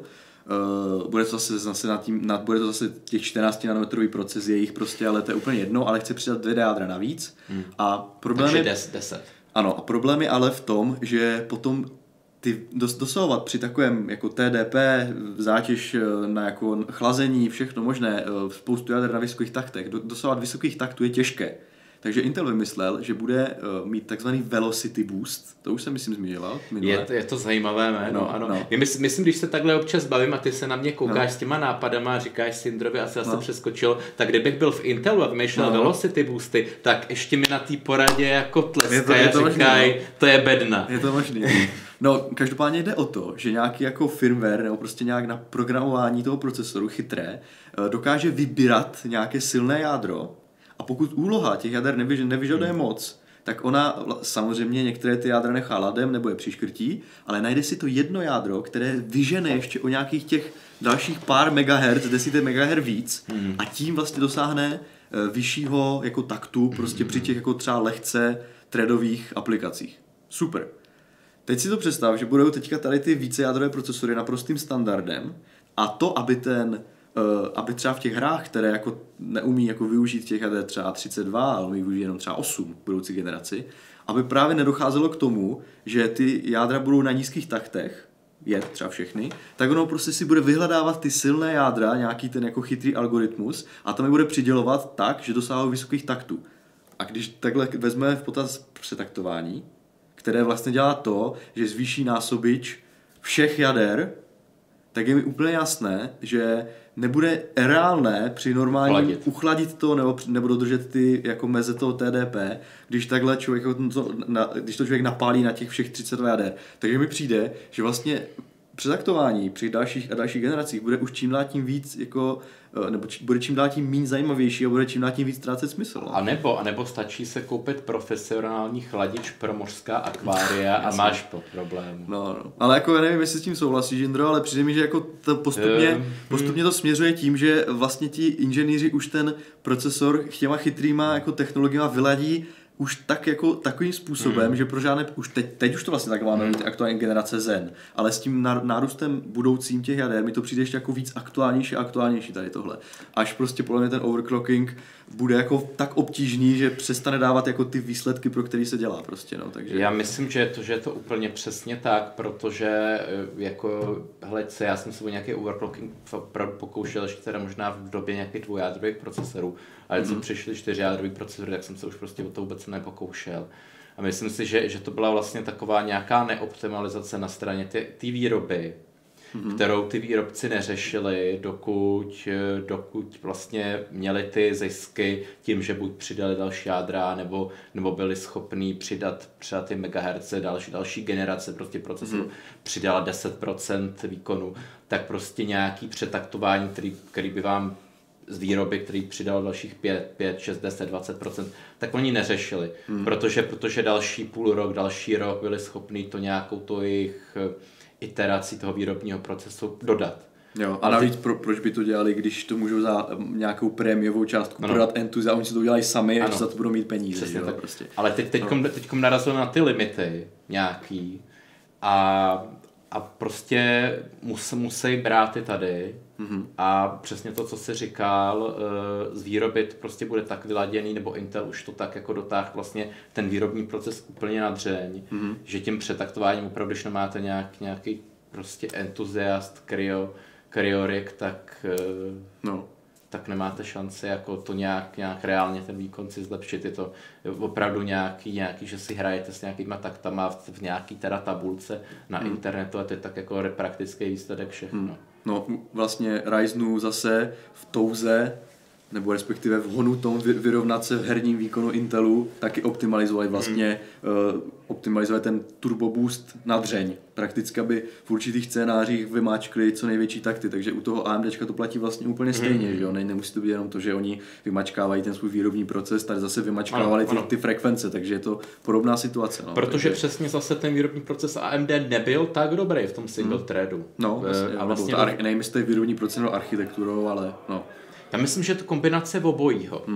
bude to zase bude to zase těch 14 nanometrový proces jejich prostě, ale to je úplně jedno, ale chce přidat 2 jádra navíc. A problém je 10. Ano, a problém je ale v tom, že potom ty dosahovat při takovém jako TDP, zátěž na jako chlazení, všechno možné, spoustu jader na vysokých taktech, dosahovat vysokých taktů je těžké. Takže Intel vymyslel, že bude mít takzvaný velocity boost, to už jsem myslím zmiňoval. Je to zajímavé jméno, ano. No. Myslím, když se takhle občas bavím a ty se na mě koukáš s těma nápadama a říkáš si, Indrovi, asi já jsem přeskočil, tak kdybych byl v Intelu a vymýšlel velocity boosty, tak ještě mi na té poradě jako tleskají a říkají, to je bedna. Je to možný. No, každopádně jde o to, že nějaký jako firmware nebo prostě nějak na programování toho procesoru chytré dokáže vybírat nějaké silné jádro. A pokud úloha těch jader nevyžaduje moc, tak ona samozřejmě některé ty jádra nechá ladem nebo je přiškrtí, ale najde si to jedno jádro, které vyžene ještě o nějakých těch dalších pár megahertz, desítek megahertz víc a tím vlastně dosáhne vyššího jako taktu prostě při těch jako třeba lehce threadových aplikacích. Super. Teď si to představ, že budou teďka tady ty vícejádrové procesory naprostým standardem a to, aby třeba v těch hrách, které jako neumí jako využít těch jader třeba 32, ale umí využít jenom třeba 8 v budoucí generaci, aby právě nedocházelo k tomu, že ty jádra budou na nízkých taktech, třeba všechny, tak ono prostě si bude vyhledávat ty silné jádra, nějaký ten jako chytrý algoritmus a tam je bude přidělovat tak, že dosáhnou vysokých taktů. A když takhle vezmeme v potaz přetaktování, které vlastně dělá to, že zvýší násobič všech jader, tak je mi úplně jasné, že nebude reálné při normálním uchladit to nebo dodržet ty jako meze toho TDP, když takhle když to člověk napálí na těch všech 32 jader. Takže mi přijde, že vlastně přetaktování při dalších a dalších generacích bude už čím dál tím víc jako, nebo bude čím dál tím méně zajímavější a bude čím dál tím víc ztrácet smysl. A nebo stačí se koupit profesionální chladič pro mořská akvária a máš po problému. No. Ale jako nevím, jestli s tím souhlasíš, Jindro, ale přijde mi, že jako to postupně to směřuje tím, že vlastně ti inženýři už ten procesor těma chytrýma jako technologiema vyladí už tak jako takovým způsobem, že pro žádné, už teď už to vlastně tak máme aktuální generace Zen, ale s tím nárůstem budoucím těch jader mi to přijde ještě jako víc aktuálnější tady tohle. Až prostě podle mě ten overclocking bude jako tak obtížný, že přestane dávat jako ty výsledky, pro který se dělá prostě, no, takže. Já myslím, že je to úplně přesně tak, protože jako, hleďte, já jsem se o nějaký overclocking pokoušel ještě teda možná v době nějakých dvoujádrových procesorů, ale když přišli 4jádrový procesory, tak jsem se už prostě o to vůbec nepokoušel. A myslím si, že to byla vlastně taková nějaká neoptimalizace na straně té výroby, kterou ty výrobci neřešili, dokud vlastně měli ty zisky tím, že buď přidali další jádra, nebo byli schopní přidat ty megahertz, další generace prostě procesorů, přidala 10% výkonu, tak prostě nějaký přetaktování, který by vám z výroby, který přidal dalších 5, 6, 10, 20%, tak oni neřešili, protože další půl rok, další rok byli schopní to nějakou to jejich iterací toho výrobního procesu dodat. Jo, a navíc proč by to dělali, když to můžou za nějakou prémiovou částku prodat Entuzi a oni si to udělají sami, až za to budou mít peníze. Přesně tak. Prostě. Ale teďkom narazil na ty limity nějaký a prostě musí brát i tady a přesně to, co jsi říkal, z výroby to prostě bude tak vyladěný, nebo Intel už to tak jako dotáhl vlastně ten výrobní proces úplně na dřeň, že tím přetaktováním opravdu, když nemáte nějaký prostě entuziast, kryorik, tak tak nemáte šanci jako to nějak reálně ten výkon si zlepšit. Je to opravdu nějaký, že si hrajete s nějakýma taktama v nějaký teda tabulce na internetu a to je tak jako praktický výsledek všechno. No vlastně Ryzenu zase v touze nebo respektive v honu tom vyrovnat se v herním výkonu Intelu, taky optimalizovali vlastně optimalizovali ten turbo boost na dřeň. Prakticky, aby v určitých scénářích vymáčkli co největší takty, takže u toho AMDčka to platí vlastně úplně stejně, že jo? Nemusí to být jenom to, že oni vymačkávají ten svůj výrobní proces, tady zase vymačkávali ty frekvence, takže je to podobná situace. No, protože přesně zase ten výrobní proces AMD nebyl tak dobrý v tom single threadu. No, vlastně nevím, jestli to je výrobní proces nebo architekturou, ale no. Já myslím, že je to kombinace obojího.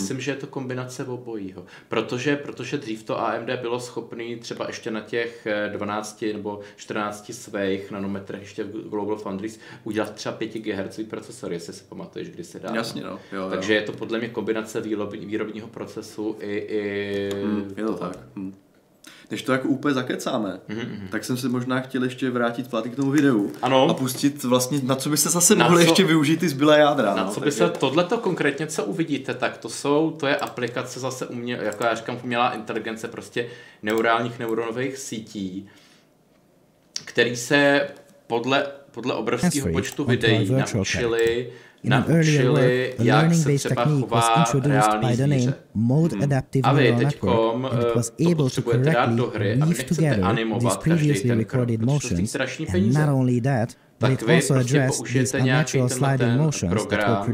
Protože dřív to AMD bylo schopný třeba ještě na těch 12 nebo 14 svých nanometrech ještě v Global Foundries udělat třeba 5 GHz procesor, jestli si pamatuješ, kdy se dá. Jasně, no. Jo. Takže je to podle mě kombinace výrobního procesu je to tak. Než to jako úplně zakecáme, tak jsem se možná chtěl ještě vrátit zpátky k tomu videu a pustit vlastně, na co by se zase mohly ještě využít ty zbylé jádra. Na co by se tohleto konkrétně, co uvidíte, tak to je aplikace zase jako já říkám, umělá inteligence prostě neurálních neuronových sítí, který se podle obrovského počtu videí naučili, jak se třeba chová reálný zvíře. A vy teďkom to potřebujete dát do hry a vy nechcete animovat každý ten krok, protože to stojí strašný peníze. Tak vy prostě použijete nějaký tenhle program,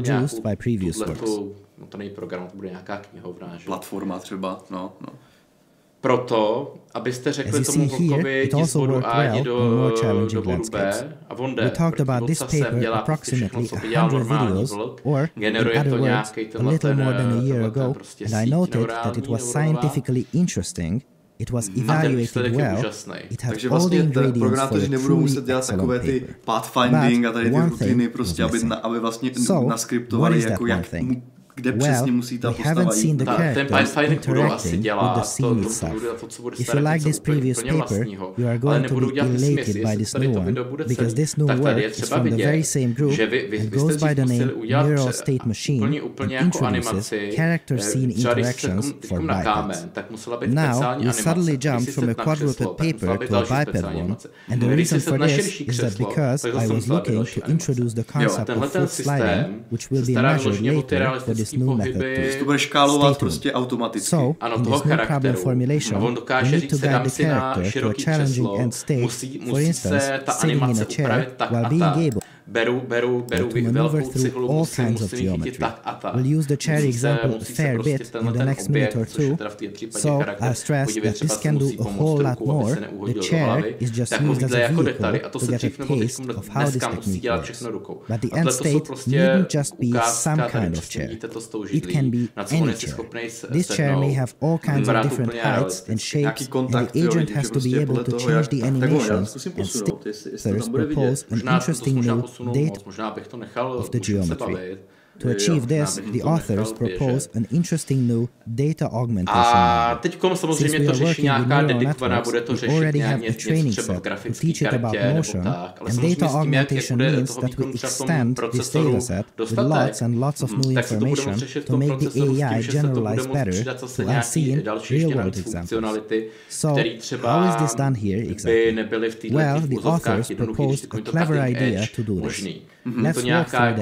to není program, to bude nějaká knihovna. Platforma třeba, no. Proto, abyste řekli tomu vlkovi, jdi z bodu A, jdi do bodu B a on jde, protože sem dělá všechno, co by dělal normální vlk, generuje to nějaký tenhle prostě síť neurální. It was evaluated well. It had all the ingredients for a truly excellent paper. Pathfinding a tady ty rutiny prostě, aby vlastně naskriptovali jako kde přesně musí ta postava jít. Ten Pathfinding budou asi dělat to, co bude starat něco úplně vlastního, ale nebudou dělat směs, jestli tady to video bude celý. Tak tady je třeba vidět, že vy jste dřív museli udělat úplně jako animaci, třeba když jste teďkom na kámen, tak musela být speciální animace, když si set na křeslo, tak musela být další speciální animace. Když si set na širší křeslo, tak zase musela být další animace. Tenhle ten systém se stará vyloženě o ty realistické pohyby. To bude škálovat prostě automaticky. Ano, toho charakteru. A on dokáže říct, se dám si na široký křeslo, musí se ta animace upravit tak a tak. Beru velkou cihlu, musím chytit tak a tak. We'll use the cherry example a fair bit in the next minute or two. So I stress that this can do a whole lot more. The chair is just used as a vehicle to get a taste of how this technique works. But the end state needn't just be some kind of chair. It can be any chair. This chair may have all kinds of different heights and shapes, and the agent has to be able to change the animations and stickers propose an interesting new date of the geometry. To achieve this, the authors propose an interesting new data augmentation model. A teďkom samozřejmě to řeší nějaká dedikovaná, bude to řešit něco třeba v grafické kartě nebo tak, ale samozřejmě s tím, jak bude toho výkonu třeba v tom procesoru dostatek, tak se to budeme řešit v tom procesoru s tím, že se to bude moct přidat zase nějaký další ještě navíc funkcionality, které třeba by nebyly v této úzovkách jednoduchý, když takový to cutting edge možný. Je to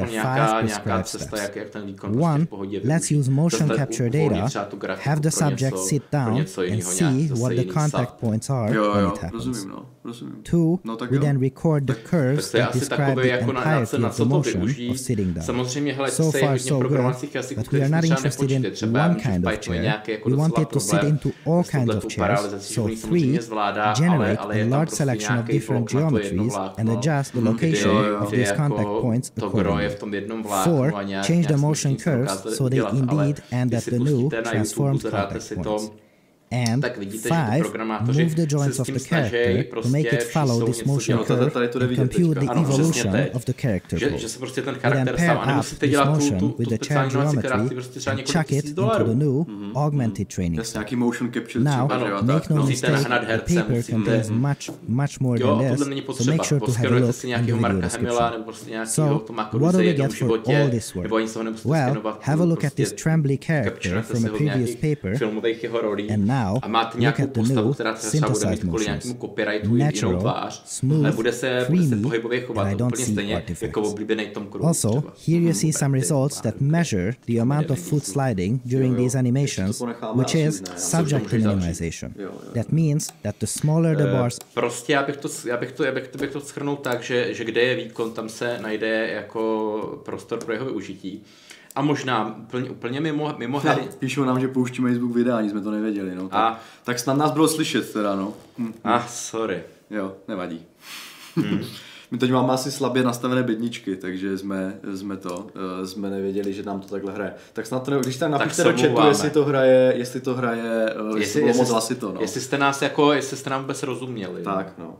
nějaká cesta, jak ten výkon prostě v pohodě využít. Let's use motion capture data, have the subject sit down and see what the contact points are when it happens. Two, we then record the curves that describe the entirety of the motion of sitting down. So far so good, but we are not interested in one kind of chair. We want it to sit into all kinds of chairs. So three, generate a large selection of different geometries and adjust the location of these contact points accordingly. Four, change the motion curves so they indeed end at the new transformed contact points. And tak vidíte, 5, move the joints of the character to make it follow this motion curve and compute the evolution of the character pose. We then pair up this motion with the chair geometry and chuck it into the new augmented training. Now, make no mistake, the paper contains much more than this, so make sure to have a look in the video description. So, what do we get for all this work? Well, have a look at this Tremblay character from a previous paper, and now look at the new synthesized motions. Natural, smooth, creamy, and I don't see artifacts. Also, here you see some results that measure the amount of foot sliding during these animations, which is subject to minimization. That means that the smaller the bars... Prostě já bych to shrnul tak, že kde je výkon, tam se najde jako prostor pro jeho využití. A možná úplně mimo hry. Píšou nám, že pouštíme Facebook vydání, jsme to nevěděli, no. Tak snad nás bylo slyšet teda, no. Sorry. Jo, nevadí. My teď máme asi slabě nastavené bedničky, takže jsme nevěděli, že nám to takhle hraje. Tak snad to když tak napište do chatu, jestli to bylo moc hlasito, no. Jestli jste nám vůbec rozuměli. Tak, no.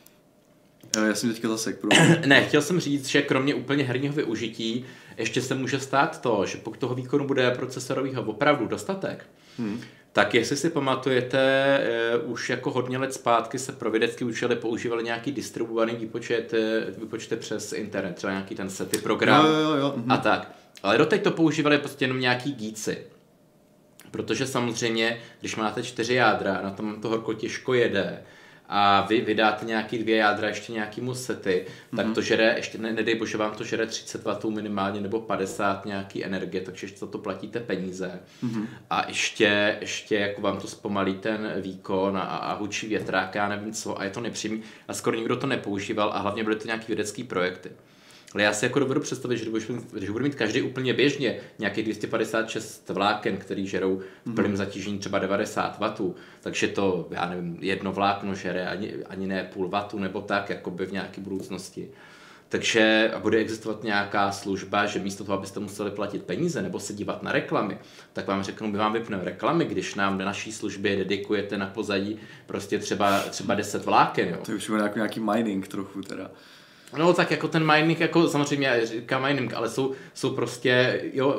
Já jsem teďka zase Ne, chtěl jsem říct, že kromě úplně herního využití ještě se může stát to, že pokud toho výkonu bude procesorového opravdu dostatek, tak jestli si pamatujete, už jako hodně let zpátky se pro vědecký účely používali nějaký distribuovaný výpočty přes internet, třeba nějaký ten SETI program a tak. Ale doteď to používali prostě jenom nějaký geeci. Protože samozřejmě, když máte 4 jádra, na tom to horko těžko jede, a vy vydáte nějaký 2 jádra ještě nějakýmu SETI, tak to žere, ještě nedej bože vám to žere 30 W minimálně nebo 50 nějaký energie, takže za to platíte peníze. A ještě jako vám to zpomalí ten výkon a hučí větrák, já nevím co, a je to nepříjemný. A skoro nikdo to nepoužíval a hlavně byly to nějaký vědecký projekty. Ale já si jako dovedu představit, že když bude mít každý úplně běžně nějakých 256 vláken, který žerou v plném zatížení třeba 90 W, takže to, já nevím, jedno vlákno žere ani ne půl watu nebo tak, jakoby v nějaké budoucnosti. Takže bude existovat nějaká služba, že místo toho, abyste museli platit peníze nebo se dívat na reklamy, tak vám řeknou, my vám vypneme reklamy, když nám do naší službě dedikujete na pozadí prostě třeba 10 vláken. Jo. To je už nějaký mining trochu teda. No tak jako ten mining, jako samozřejmě já říkám mining, ale jsou prostě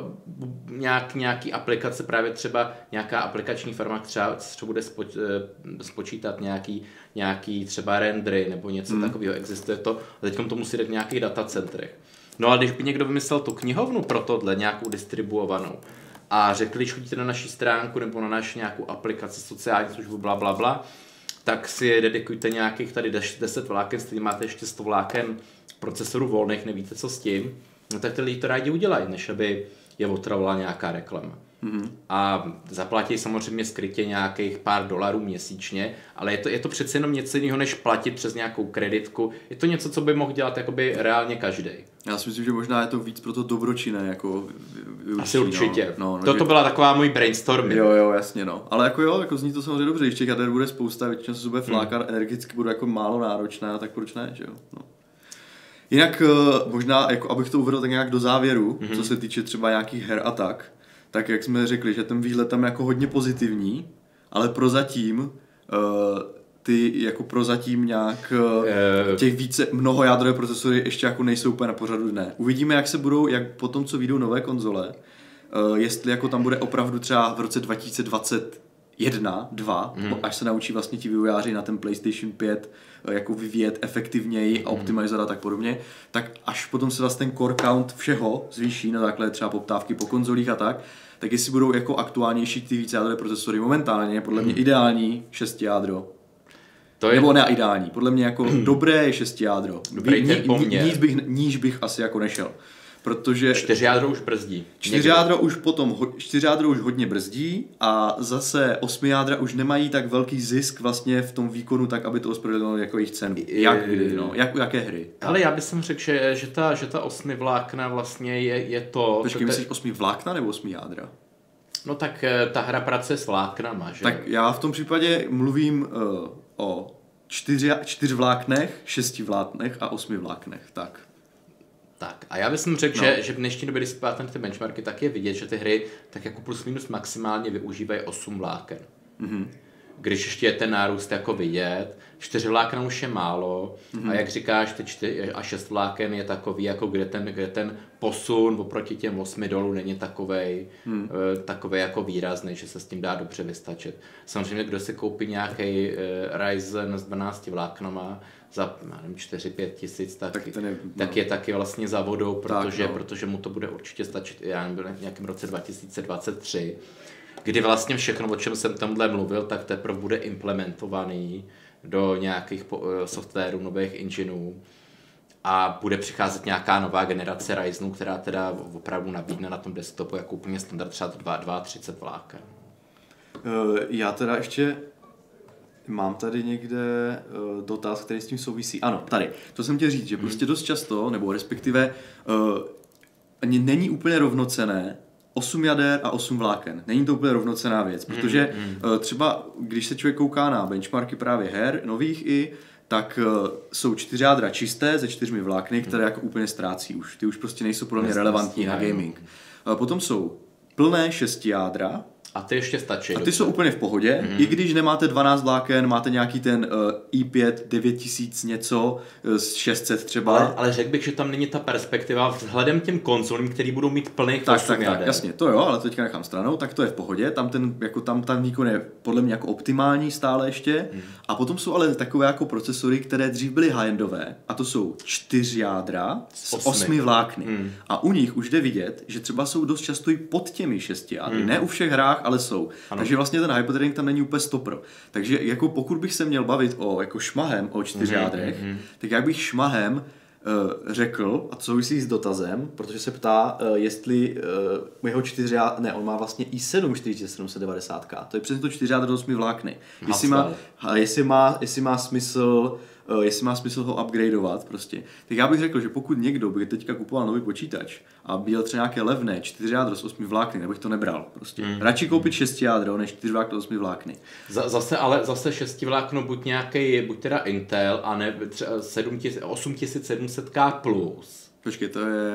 nějaký aplikace, právě třeba nějaká aplikační firma, která bude spočítat nějaký třeba rendery nebo něco takového, existuje to, a teď to musí jít v nějakých datacentrech. No a když by někdo vymyslel tu knihovnu pro tohle, nějakou distribuovanou, a řekli, když chodíte na naši stránku nebo na naši nějakou aplikaci, sociální službu, blablabla, tak si dedikujte nějakých tady 10 vláken, stejně máte ještě 100 vláken procesoru volných, nevíte co s tím, no tak ty lidi to rádi udělají, než aby je otravovala nějaká reklama. A zaplatí samozřejmě skrytě nějakých pár dolarů měsíčně, ale je to přece jenom něco jiného, než platit přes nějakou kreditku. Je to něco, co by mohl dělat jakoby reálně každý. Já si myslím, že možná je to víc pro to dobročinné, jako asi určitě. No, toto byla taková můj brainstorm. Jo, jasně, no. Ale jako zní to samozřejmě dobře, když těch jader bude spousta, většinou se bude flákat, energeticky bude jako málo náročná, tak proč ne, že jo? No. Jinak možná, jako abych to uvedl tak nějak do závěru, co se týče třeba nějakých her a tak jak jsme řekli, že ten výhled tam je jako hodně pozitivní, ale prozatím prozatím nějak těch více mnohojádrové procesory ještě jako nejsou úplně na pořadu dne. Uvidíme, jak se budou, jak potom, co vyjdou nové konzole, jestli jako tam bude opravdu třeba v roce 2021, 2, až se naučí vlastně ti vývojáři na ten PlayStation 5 jako vyvíjet efektivněji a optimalizovat a tak podobně, tak až potom se vlastně ten core count všeho zvýší na základě třeba poptávky po konzolích a tak jestli budou jako aktuálnější ty vícejádrové procesory momentálně, podle mě ideální 6 jádro. Nebo ne ideální, podle mě jako dobré je 6 jádro. Níž bych asi jako nešel. Protože 4 jádro už brzdí. 4 jádro už hodně brzdí a zase 8 jádra už nemají tak velký zisk vlastně v tom výkonu, tak aby to ospravedlnilo jako jejich cenu. Jaké hry? Ale já bych řekl, že ta 8 vlákna vlastně je to... Počkej, myslíš 8 vlákna nebo 8 jádra? No tak ta hra pracuje s vláknama, že? Tak já v tom případě mluvím o 4 vláknech, 6 vláknech a 8 vláknech, tak. Tak a já bych řekl, že v dnešní době, když se podíváte na ty benchmarky, tak je vidět, že ty hry tak jako plus minus maximálně využívají 8 vláken. když ještě je ten nárůst jako vidět. 4 vlákna už je málo a jak říkáš, ty 4 a 6 vláken je takový, jako kde ten posun oproti těm 8 dolů není takovej jako výrazný, že se s tím dá dobře vystačit. Samozřejmě, kdo si koupí nějaký Ryzen s 12 vláknama za 4-5 tisíc, tak je taky vlastně za vodou, protože mu to bude určitě stačit v nějakém roce 2023, kdy vlastně všechno, o čem jsem tamhle mluvil, tak teprve bude implementovaný do nějakých softwarů, nových engineů a bude přicházet nějaká nová generace Ryzenů, která teda opravdu nabídne na tom desktopu jako úplně standard třeba 32 vláken. Já teda ještě mám tady někde dotaz, který s tím souvisí. Ano, tady. To jsem chtěl říct, že prostě dost často, nebo respektive není úplně rovnocenné 8 jader a 8 vláken. Není to úplně rovnocenná věc, protože třeba když se člověk kouká na benchmarky právě her, nových tak jsou 4 jádra čisté se 4 vlákny, které jako úplně ztrácí už. Ty už prostě nejsou pro mě relevantní na gaming. Potom jsou plné 6 jádra, a ty ještě stačí. A ty jsou úplně v pohodě, i když nemáte 12 vláken, máte nějaký ten i5 9000 něco, 600 třeba. Ale řekl bych, že tam není ta perspektiva vzhledem těm konzolím, který budou mít plných 8 jader. Jasně, to jo, ale to teďka nechám stranou, tak to je v pohodě, tam ten výkon je podle mě jako optimální stále ještě. A potom jsou ale takové jako procesory, které dřív byly high-endové, a to jsou 4 jádra s 8 vlákny. A u nich už jde vidět, že třeba jsou dost často i pod těmi 6 jádry, ne u všech hrách, ale jsou. Ano. Takže vlastně ten hyperthreading tam není úplně stopro. Takže jako pokud bych se měl bavit o jako šmahem o 4 jádrech, tak jak bych šmahem řekl, a to souvisí s dotazem, protože se ptá, jestli jeho 4 jádra, ne, on má vlastně i7 4790, to je přesně to 4 jádra do 8 vlákny. Jestli má smysl ho upgradeovat prostě. Tak já bych řekl, že pokud někdo by teďka kupoval nový počítač a byl třeba nějaké levné 4 jádro s 8 vlákny, nebych to nebral prostě. Radši koupit 6 jádro než 4 vlákno s 8 vlákny. Zase 6 vlákno buď teda Intel a ne 8700K plus. Počkej,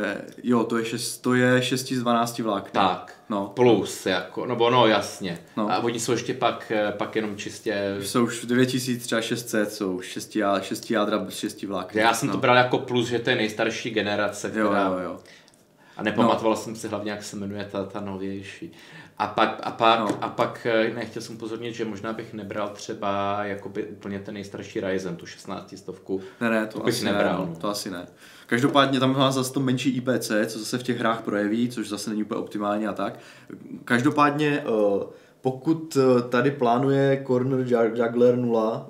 to je 6 z 12 vlákny. Tak, no. Plus, jako, no jasně. No. A oni jsou ještě pak jenom čistě... Jsou už 9600, jsou 6 jádra bez 6 vlákny. Já jsem to bral jako plus, že to je nejstarší generace, která... Jo. A nepamatoval jsem si hlavně, jak se jmenuje ta novější. A pak nechtěl jsem upozornit, že možná bych nebral třeba jakoby úplně ten nejstarší Ryzen, tu 1600. Ne, to bych nebral. Ne, to asi ne. Každopádně tam má zase to menší IPC, co zase v těch hrách projeví, což zase není úplně optimální a tak. Každopádně pokud tady plánuje Corner Juggler 0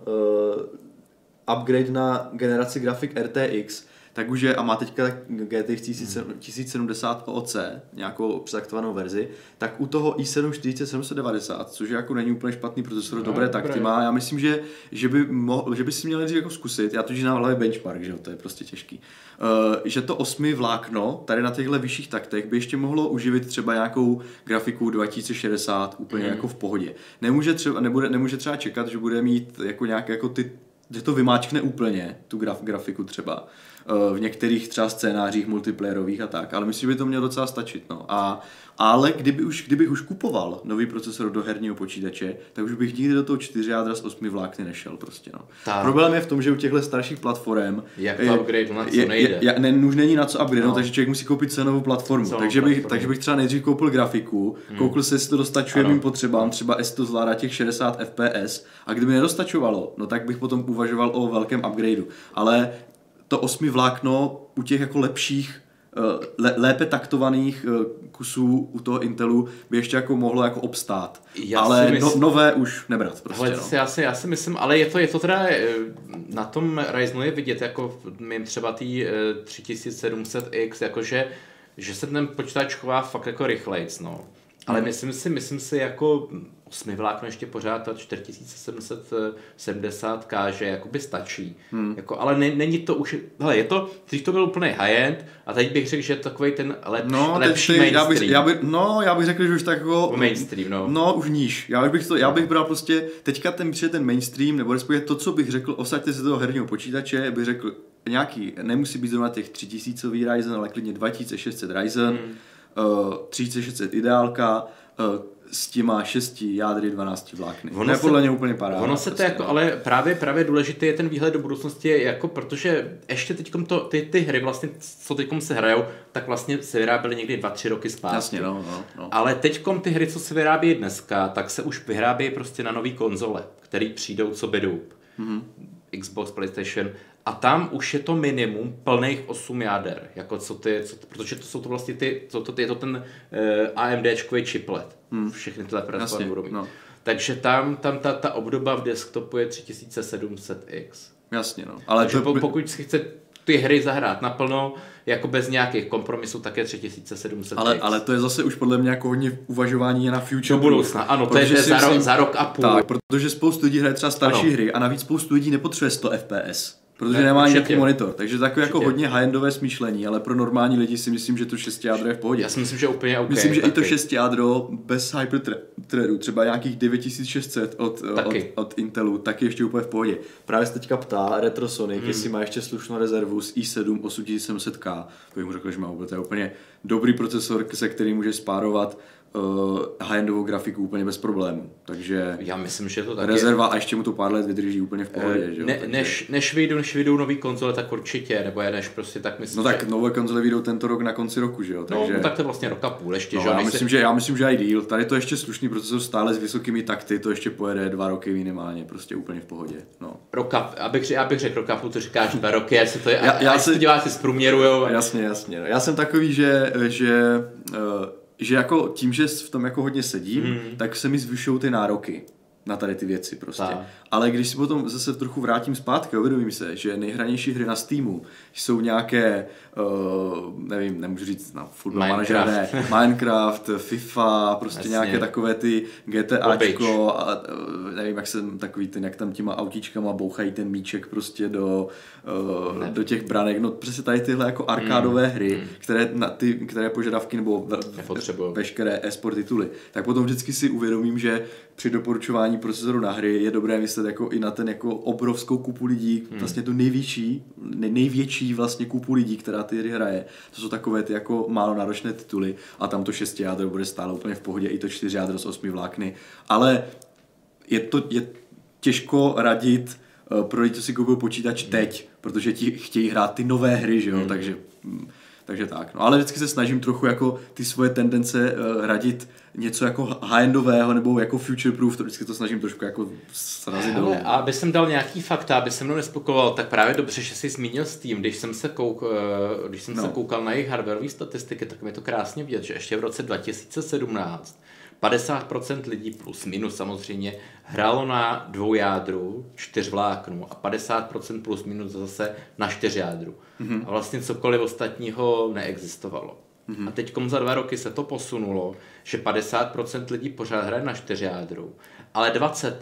upgrade na generaci grafik RTX, tak už je, a má teďka GTX 1070 OC, nějakou přetaktovanou verzi, tak u toho i7 4790, což je jako není úplně špatný procesor, dobré takty má, já myslím, že by si měl jako zkusit, já totiž na hlavě benchmark, že jo, to je prostě těžký, že to 8 vlákno tady na těchto vyšších taktech by ještě mohlo uživit třeba nějakou grafiku 2060 úplně jako v pohodě. Nemůže třeba čekat, že bude mít jako nějaké jako že to vymáčkne úplně, tu grafiku třeba, v některých třeba scénářích multiplayerových a tak, ale myslím, že by to mělo docela stačit, no. Ale kdybych už kupoval nový procesor do herního počítače, tak už bych nikdy do toho 4 jádra s 8 vlákny nešel prostě, no. Problém je v tom, že u těchto starších platform jak to upgrade na co nejde. Už není na co upgrade, takže člověk musí koupit cenovou platformu. Takže bych třeba nejdřív koupil grafiku, koukl se, jestli to dostačuje mým potřebám, třeba jestli to zvládá těch 60 fps, a kdyby nedostačovalo, no tak bych potom uvažoval o velkém upgradeu. Ale to 8 vlákno u těch jako lepších, lépe taktovaných kusů u toho Intelu by ještě jako mohlo jako obstát. Ale nové už nebrat prostě. Já si myslím, ale je to teda na tom Ryzenu je vidět, jako mým třeba tý 3700X, jakože že se ten počítač chová fakt jako rychlejc, no. Ale myslím si jako 8 vlákno ještě pořád ta 4770K, že jakoby stačí. Jako, ale není to už, hele, je to, když to byl úplný high-end a teď bych řekl, že je takovej ten lepší mainstream. Já bych řekl, že už tak jako... Mainstream, no. No, už níž. Já bych bral prostě, teďka ten mainstream, nebo respektive to, co bych řekl, osaďte se toho herního počítače, bych řekl nějaký, nemusí být zrovna těch 3000 Ryzen, ale klidně 2600 Ryzen, 3600 ideálka, s těma 6 jádry 12 vlákny. To je podle mě úplně paráda. Ono se prostě, to jako, ale právě důležitý je ten výhled do budoucnosti, jako protože ještě teďkom ty hry vlastně, co teďkom se hrajou, tak vlastně se vyráběly někdy 2-3 roky zpátky. Jasně, no. Ale teďkom ty hry, co se vyrábějí dneska, tak se už vyrábějí prostě na nový konzole, který přijdou, co bydou. Xbox, PlayStation. A tam už je to minimum plných 8 jader, jako protože to jsou to vlastně je to ten AMDčkový chiplet. Všechny tyhle platformy budou mít. No. Takže tam ta obdoba v desktopu je 3700X. Jasně, no. Ale pokud si chce ty hry zahrát naplno, jako bez nějakých kompromisů, tak je 3700X. Ale to je zase už podle mě jako hodně uvažování na future. Do budoucna, ano, to je za rok a půl. Tak, protože spoustu lidí hraje třeba starší hry a navíc spoustu lidí nepotřebuje 100 FPS. Protože nemá nějaký monitor, takže takový jako hodně high-endové smýšlení, ale pro normální lidi si myslím, že to 6 jádro je v pohodě. Já si myslím, že úplně OK. Myslím, že i to 6 jádro bez hyperthreadu, třeba nějakých 9600 od Intelu, tak je ještě úplně v pohodě. Právě se teďka ptá Retrosonic, jestli má ještě slušnou rezervu z i7 8700K. To bych mu řekl, že má to je úplně dobrý procesor, se kterým může spárovat high-endovou grafiku úplně bez problémů. Takže já myslím, že to tak rezerva a ještě mu to pár let vydrží úplně v pohodě. Než vyjdou nový konzole, tak určitě, nebo než prostě tak myslím. No tak nové konzole vyjdou tento rok na konci roku, že jo? Takže... No tak to je vlastně rok a půl ještě, že? Já myslím, že i díl. Tady to ještě slušný procesor stále s vysokými takty, to ještě pojede 2 roky minimálně, prostě úplně v pohodě. No. Já bych řekl rok a půl, to říkáš 2 roky, až se to diváci zprůměrujou. Jasně. Já jsem takový, že jako tím, že v tom jako hodně sedím, tak se mi zvyšují ty nároky na tady ty věci prostě. Ale když si potom zase trochu vrátím zpátky, uvědomím se, že nejhranější hry na Steamu jsou nějaké, nevím, nemůžu říct na Football Manager, ne, Minecraft, FIFA, prostě nějaké takové ty GTAčko a nevím, jak jsem takový ten, jak tam těma autíčkama bouchají ten míček prostě do těch branek. No přesně tady tyhle jako arkádové hry, které požadavky nebo veškeré e-sport tituly, tak potom vždycky si uvědomím, že při doporučování procesoru na hry je dobré myslet jako i na ten jako obrovskou kupu lidí, vlastně tu největší vlastně kupu lidí, která ty hry hraje. To jsou takové ty jako málo náročné tituly a tam to 6 jádro bude stále úplně v pohodě, i to 4 jádro z 8 vlákny. Ale je těžko radit pro lidi, co si kupují počítač teď, protože ti chtějí hrát ty nové hry, že jo, takže tak. No ale vždycky se snažím trochu jako ty svoje tendence radit něco jako high-endového nebo jako future-proof, to vždycky to snažím trošku jako srazit dolů. A aby jsem dal nějaký fakta, aby se mnou nespokojoval, tak právě dobře, že jsi zmínil Steam, když jsem se koukal na jejich hardwareové statistiky, tak mi to krásně vidět, že ještě v roce 2017 50% lidí plus minus samozřejmě hrálo na 2 jádru 4 vláknů a 50% plus minus zase na 4 jádru. A vlastně cokoliv ostatního neexistovalo. A teďkom za 2 roky se to posunulo, že 50% lidí pořád hraje na 4 jádru, ale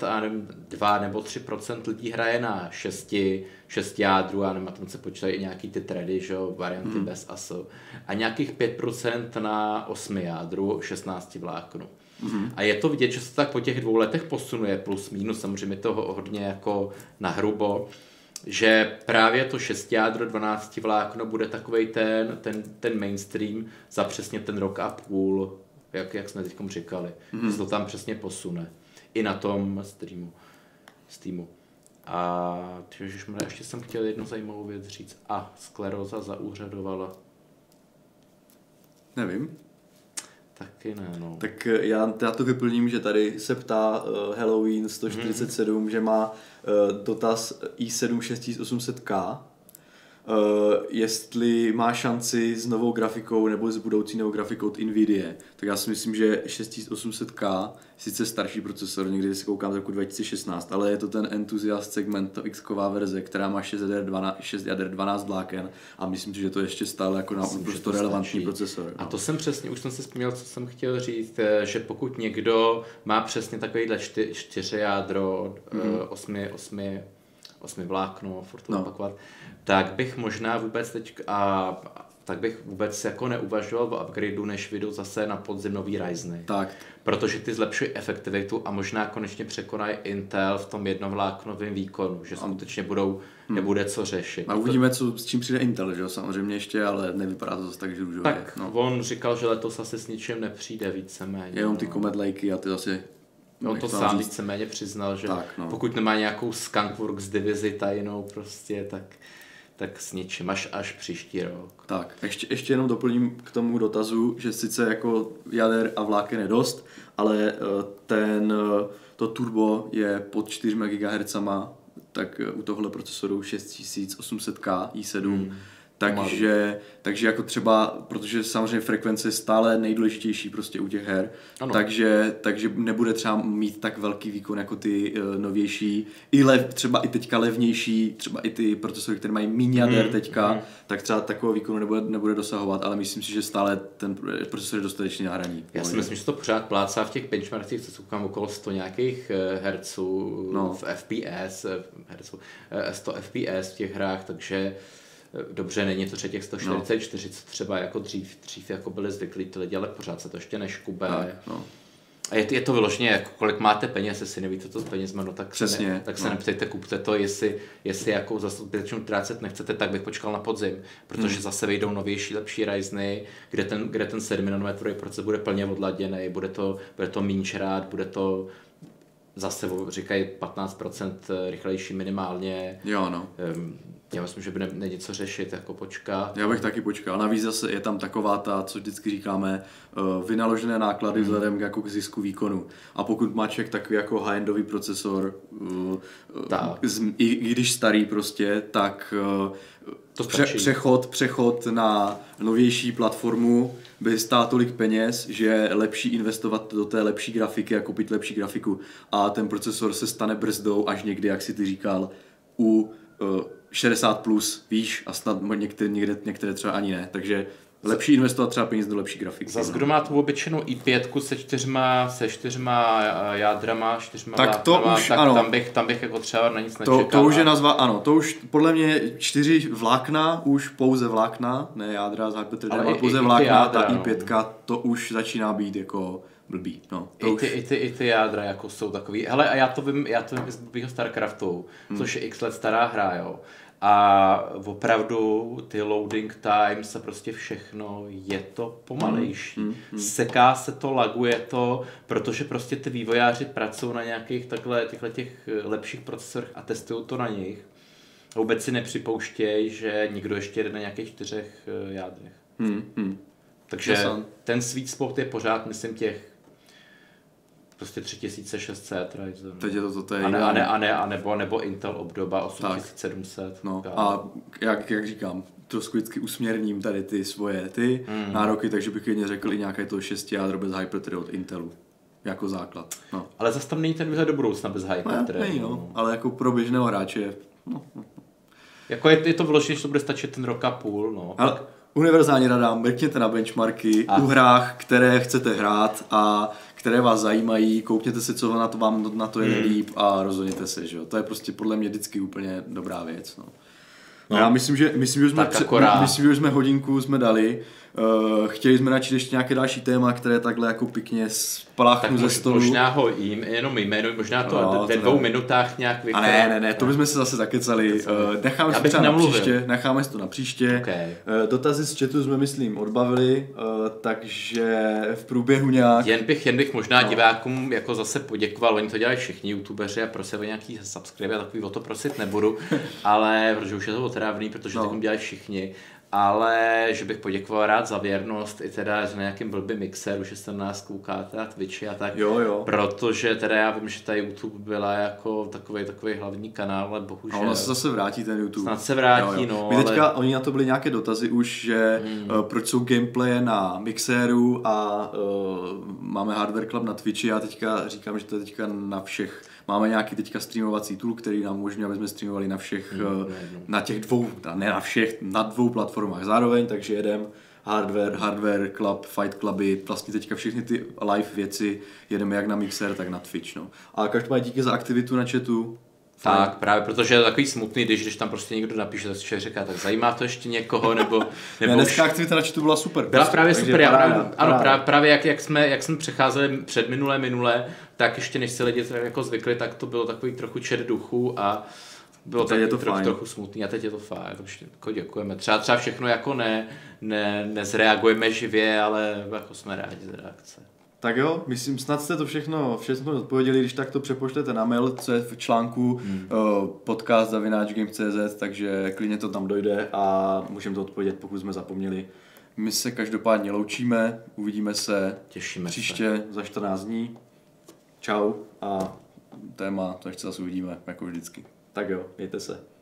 22 nebo 3% lidí hraje na 6 jádru, a na tom se počítají i nějaký ty trady, že jo, varianty bez ASO, a nějakých 5% na 8 jádru 16 vláknů. A je to vidět, že se tak po těch 2 letech posunuje plus minus, samozřejmě toho hodně jako nahrubo, že právě to 6 jádro 12 vlákno bude takovej ten mainstream za přesně ten rok a půl, jak jsme teďkom říkali. Že se to tam přesně posune. I na tom Steamu. A ještě jsem chtěl jednu zajímavou věc říct. Skleróza zaúřadovala. Nevím. Taky ne, no. Tak já to vyplním, že tady se ptá Halloween 147, že má dotaz i7 6800K, jestli má šanci s novou grafikou nebo s budoucí novou grafikou od Nvidia. Tak já si myslím, že 6800K, sice starší procesor, někdy si koukám z roku 2016, ale je to ten Enthusiast segment, to X-ková verze, která má 6 jader 12 vláken a myslím si, že to ještě stále jako naprosto relevantní procesor. A to jsem přesně, už jsem si vzpomněl, co jsem chtěl říct, že pokud někdo má přesně takovýhle 4 jádro, 8 vlákno, furt to opakovat, tak bych možná vůbec teď, a tak bych vůbec jako neuvažoval o upgradeu, než vyjdou zase na podzim nový Ryzeny. Tak. Protože ty zlepšují efektivitu a možná konečně překonají Intel v tom jednovláknovém výkonu, že skutečně nebude co řešit. A uvidíme, s čím přijde Intel, že jo, samozřejmě ještě, ale nevypadá to zase tak, že růžově. Tak on říkal, že letos asi s ničím nepřijde víceméně. Jenom ty Comet Lakey a ty zase... On to sám víceméně přiznal, že pokud nemá nějakou Skunkworks divizi tajnou prostě, tak s ničím až příští rok. Tak, ještě jenom doplním k tomu dotazu, že sice jako jader a vláken je dost, ale to turbo je pod 4 GHz, tak u tohle procesoru 6800K i7, takže jako třeba, protože samozřejmě frekvence je stále nejdůležitější prostě u těch her, takže nebude třeba mít tak velký výkon jako ty novější, třeba i teďka levnější, třeba i ty procesory, které mají méně jader teďka, tak třeba takového výkonu nebude dosahovat, ale myslím si, že stále ten procesor je dostatečně na hraní. Já si myslím, že to pořád plácá v těch benchmarkcích, co koukám okolo 100 nějakých herců v FPS, 100 FPS v těch hrách, takže dobře, není to těch 144, co třeba jako dřív jako byli zvyklí ty lidi, ale pořád se to ještě neškube. A je to vyloženě, jako kolik máte peněz, jestli nevíte to s penězma, no tak se nepřejte, kupte to, jestli jako za zbytečnou trácet nechcete, tak bych počkal na podzim, protože zase vyjdou novější, lepší Ryzeny, kde ten 7 nanometrový proces bude plně odladěný, bude to méně žrát, bude to zase říkají 15% rychlejší minimálně. Jo, no. Já myslím, že by není co řešit, jako počkat. Já bych taky počkal. Navíc zase je tam taková ta, co vždycky říkáme, vynaložené náklady vzhledem jako k zisku výkonu. A pokud má člověk takový jako high-endový procesor, i když starý prostě, tak přechod na novější platformu by stál tolik peněz, že je lepší investovat do té lepší grafiky a koupit lepší grafiku. A ten procesor se stane brzdou až někdy, jak si ty říkal, u 60 plus, víš, a snad některé třeba ani ne. Takže lepší investovat třeba peníze do lepší grafiky. Zas kdo má tu obyčejnou i5 se čtyřma jádrama, 4 tak vláknama, to už, tak ano. Tam bych jako třeba na nic nečekal. To už je to už podle mě 4 vlákna, už pouze vlákna, ne jádra z hyperthreadem, ale pouze vlákna, jádra, ta i5, to už začíná být jako blbý. No, I ty jádra jako jsou takový. Hele, a já to vím z blbýho StarCraftu, což je x let stará hra, jo. A opravdu ty loading times a prostě všechno je to pomalejší. Seká se to, laguje to, protože prostě ty vývojáři pracují na nějakých těch lepších procesorech a testují to na nich. A vůbec si nepřipouštějí, že nikdo ještě jde na nějakých 4 jádrech. Takže ten sweet spot je pořád, myslím, těch prostě 3600 Ryzen. Teď je to nebo Intel obdoba 8700. No. A jak říkám, trošku vždycky usměrním tady ty svoje nároky, takže bych klidně řekl i nějaké to 6 jádro bez hyperthreadu od Intelu. Jako základ. No. Ale zase tam není ten výhled do budoucna bez hyperthreadu. No. Ale jako pro běžného hráče. Jako je to vložně, že to bude stačit ten rok a půl. No. Ale univerzální rada, mrkněte na benchmarky u hrách, které chcete hrát a které vás zajímají, koukněte si, co vám na to je líp a rozhodněte se, že jo. To je prostě podle mě vždycky úplně dobrá věc, no. Já myslím, že už jsme hodinku dali. Chtěli jsme načít ještě nějaké další téma, které takhle jako pěkně spláchnu ze stolu. Možná ho jenom jméno, možná to ve 2 minutách nějak A ne, to bychom se zase zakecali. Necháme si to na příště. Okay. Dotazy z chatu jsme, myslím, odbavili, takže v průběhu nějak... Jen bych možná divákům jako zase poděkoval, oni to dělají všichni youtubeři a prosím o nějaký subscribe, a takový o to prosit nebudu, ale protože už je to otravný, protože tak dělají všichni. Ale že bych poděkoval rád za věrnost i teda na nějakým blbým mixeru, že se na nás koukáte a Twitchi a tak. Jo. Protože teda já vím, že ta YouTube byla jako takový hlavní kanál, ale bohužel. A ono se zase vrátí ten YouTube. Snad se vrátí, no. Teďka, oni na to byli nějaké dotazy už, že proč jsou gameplaye na mixéru a máme Hardware Club na Twitchi. Já teďka říkám, že to je teďka na všech. Máme nějaký teďka streamovací tool, který nám umožňuje, aby jsme streamovali na všech, na těch 2, ne na všech, na 2 platformách zároveň, takže jedem Hardware Club, Fight Cluby, vlastně teďka všechny ty live věci jedeme jak na Mixer, tak na Twitch, no. A každopádně díky za aktivitu na chatu, Tak, právě, protože je takový smutný, když tam prostě někdo napíše, tak člověk říká, tak zajímá to ještě někoho, nebo dneska aktivita na chatu byla super. Byla právě super, právě jak jsme přecházeli před minulé, tak ještě než se lidi jako zvykli, tak to bylo takový trochu čer duchu a bylo to trochu smutný a teď je to fajn, jako děkujeme. Třeba všechno jako nezreagujeme živě, ale jako jsme rádi za reakce. Tak jo, myslím, snad jste to všechno odpověděli, když tak to přepošlete na mail, co je v článku podcast@games.cz, takže klidně to tam dojde a můžeme to odpovědět, pokud jsme zapomněli. My se každopádně loučíme, uvidíme se příště za 14 dní. Čau a téma, to ještě zase uvidíme, jako vždycky. Tak jo, mějte se.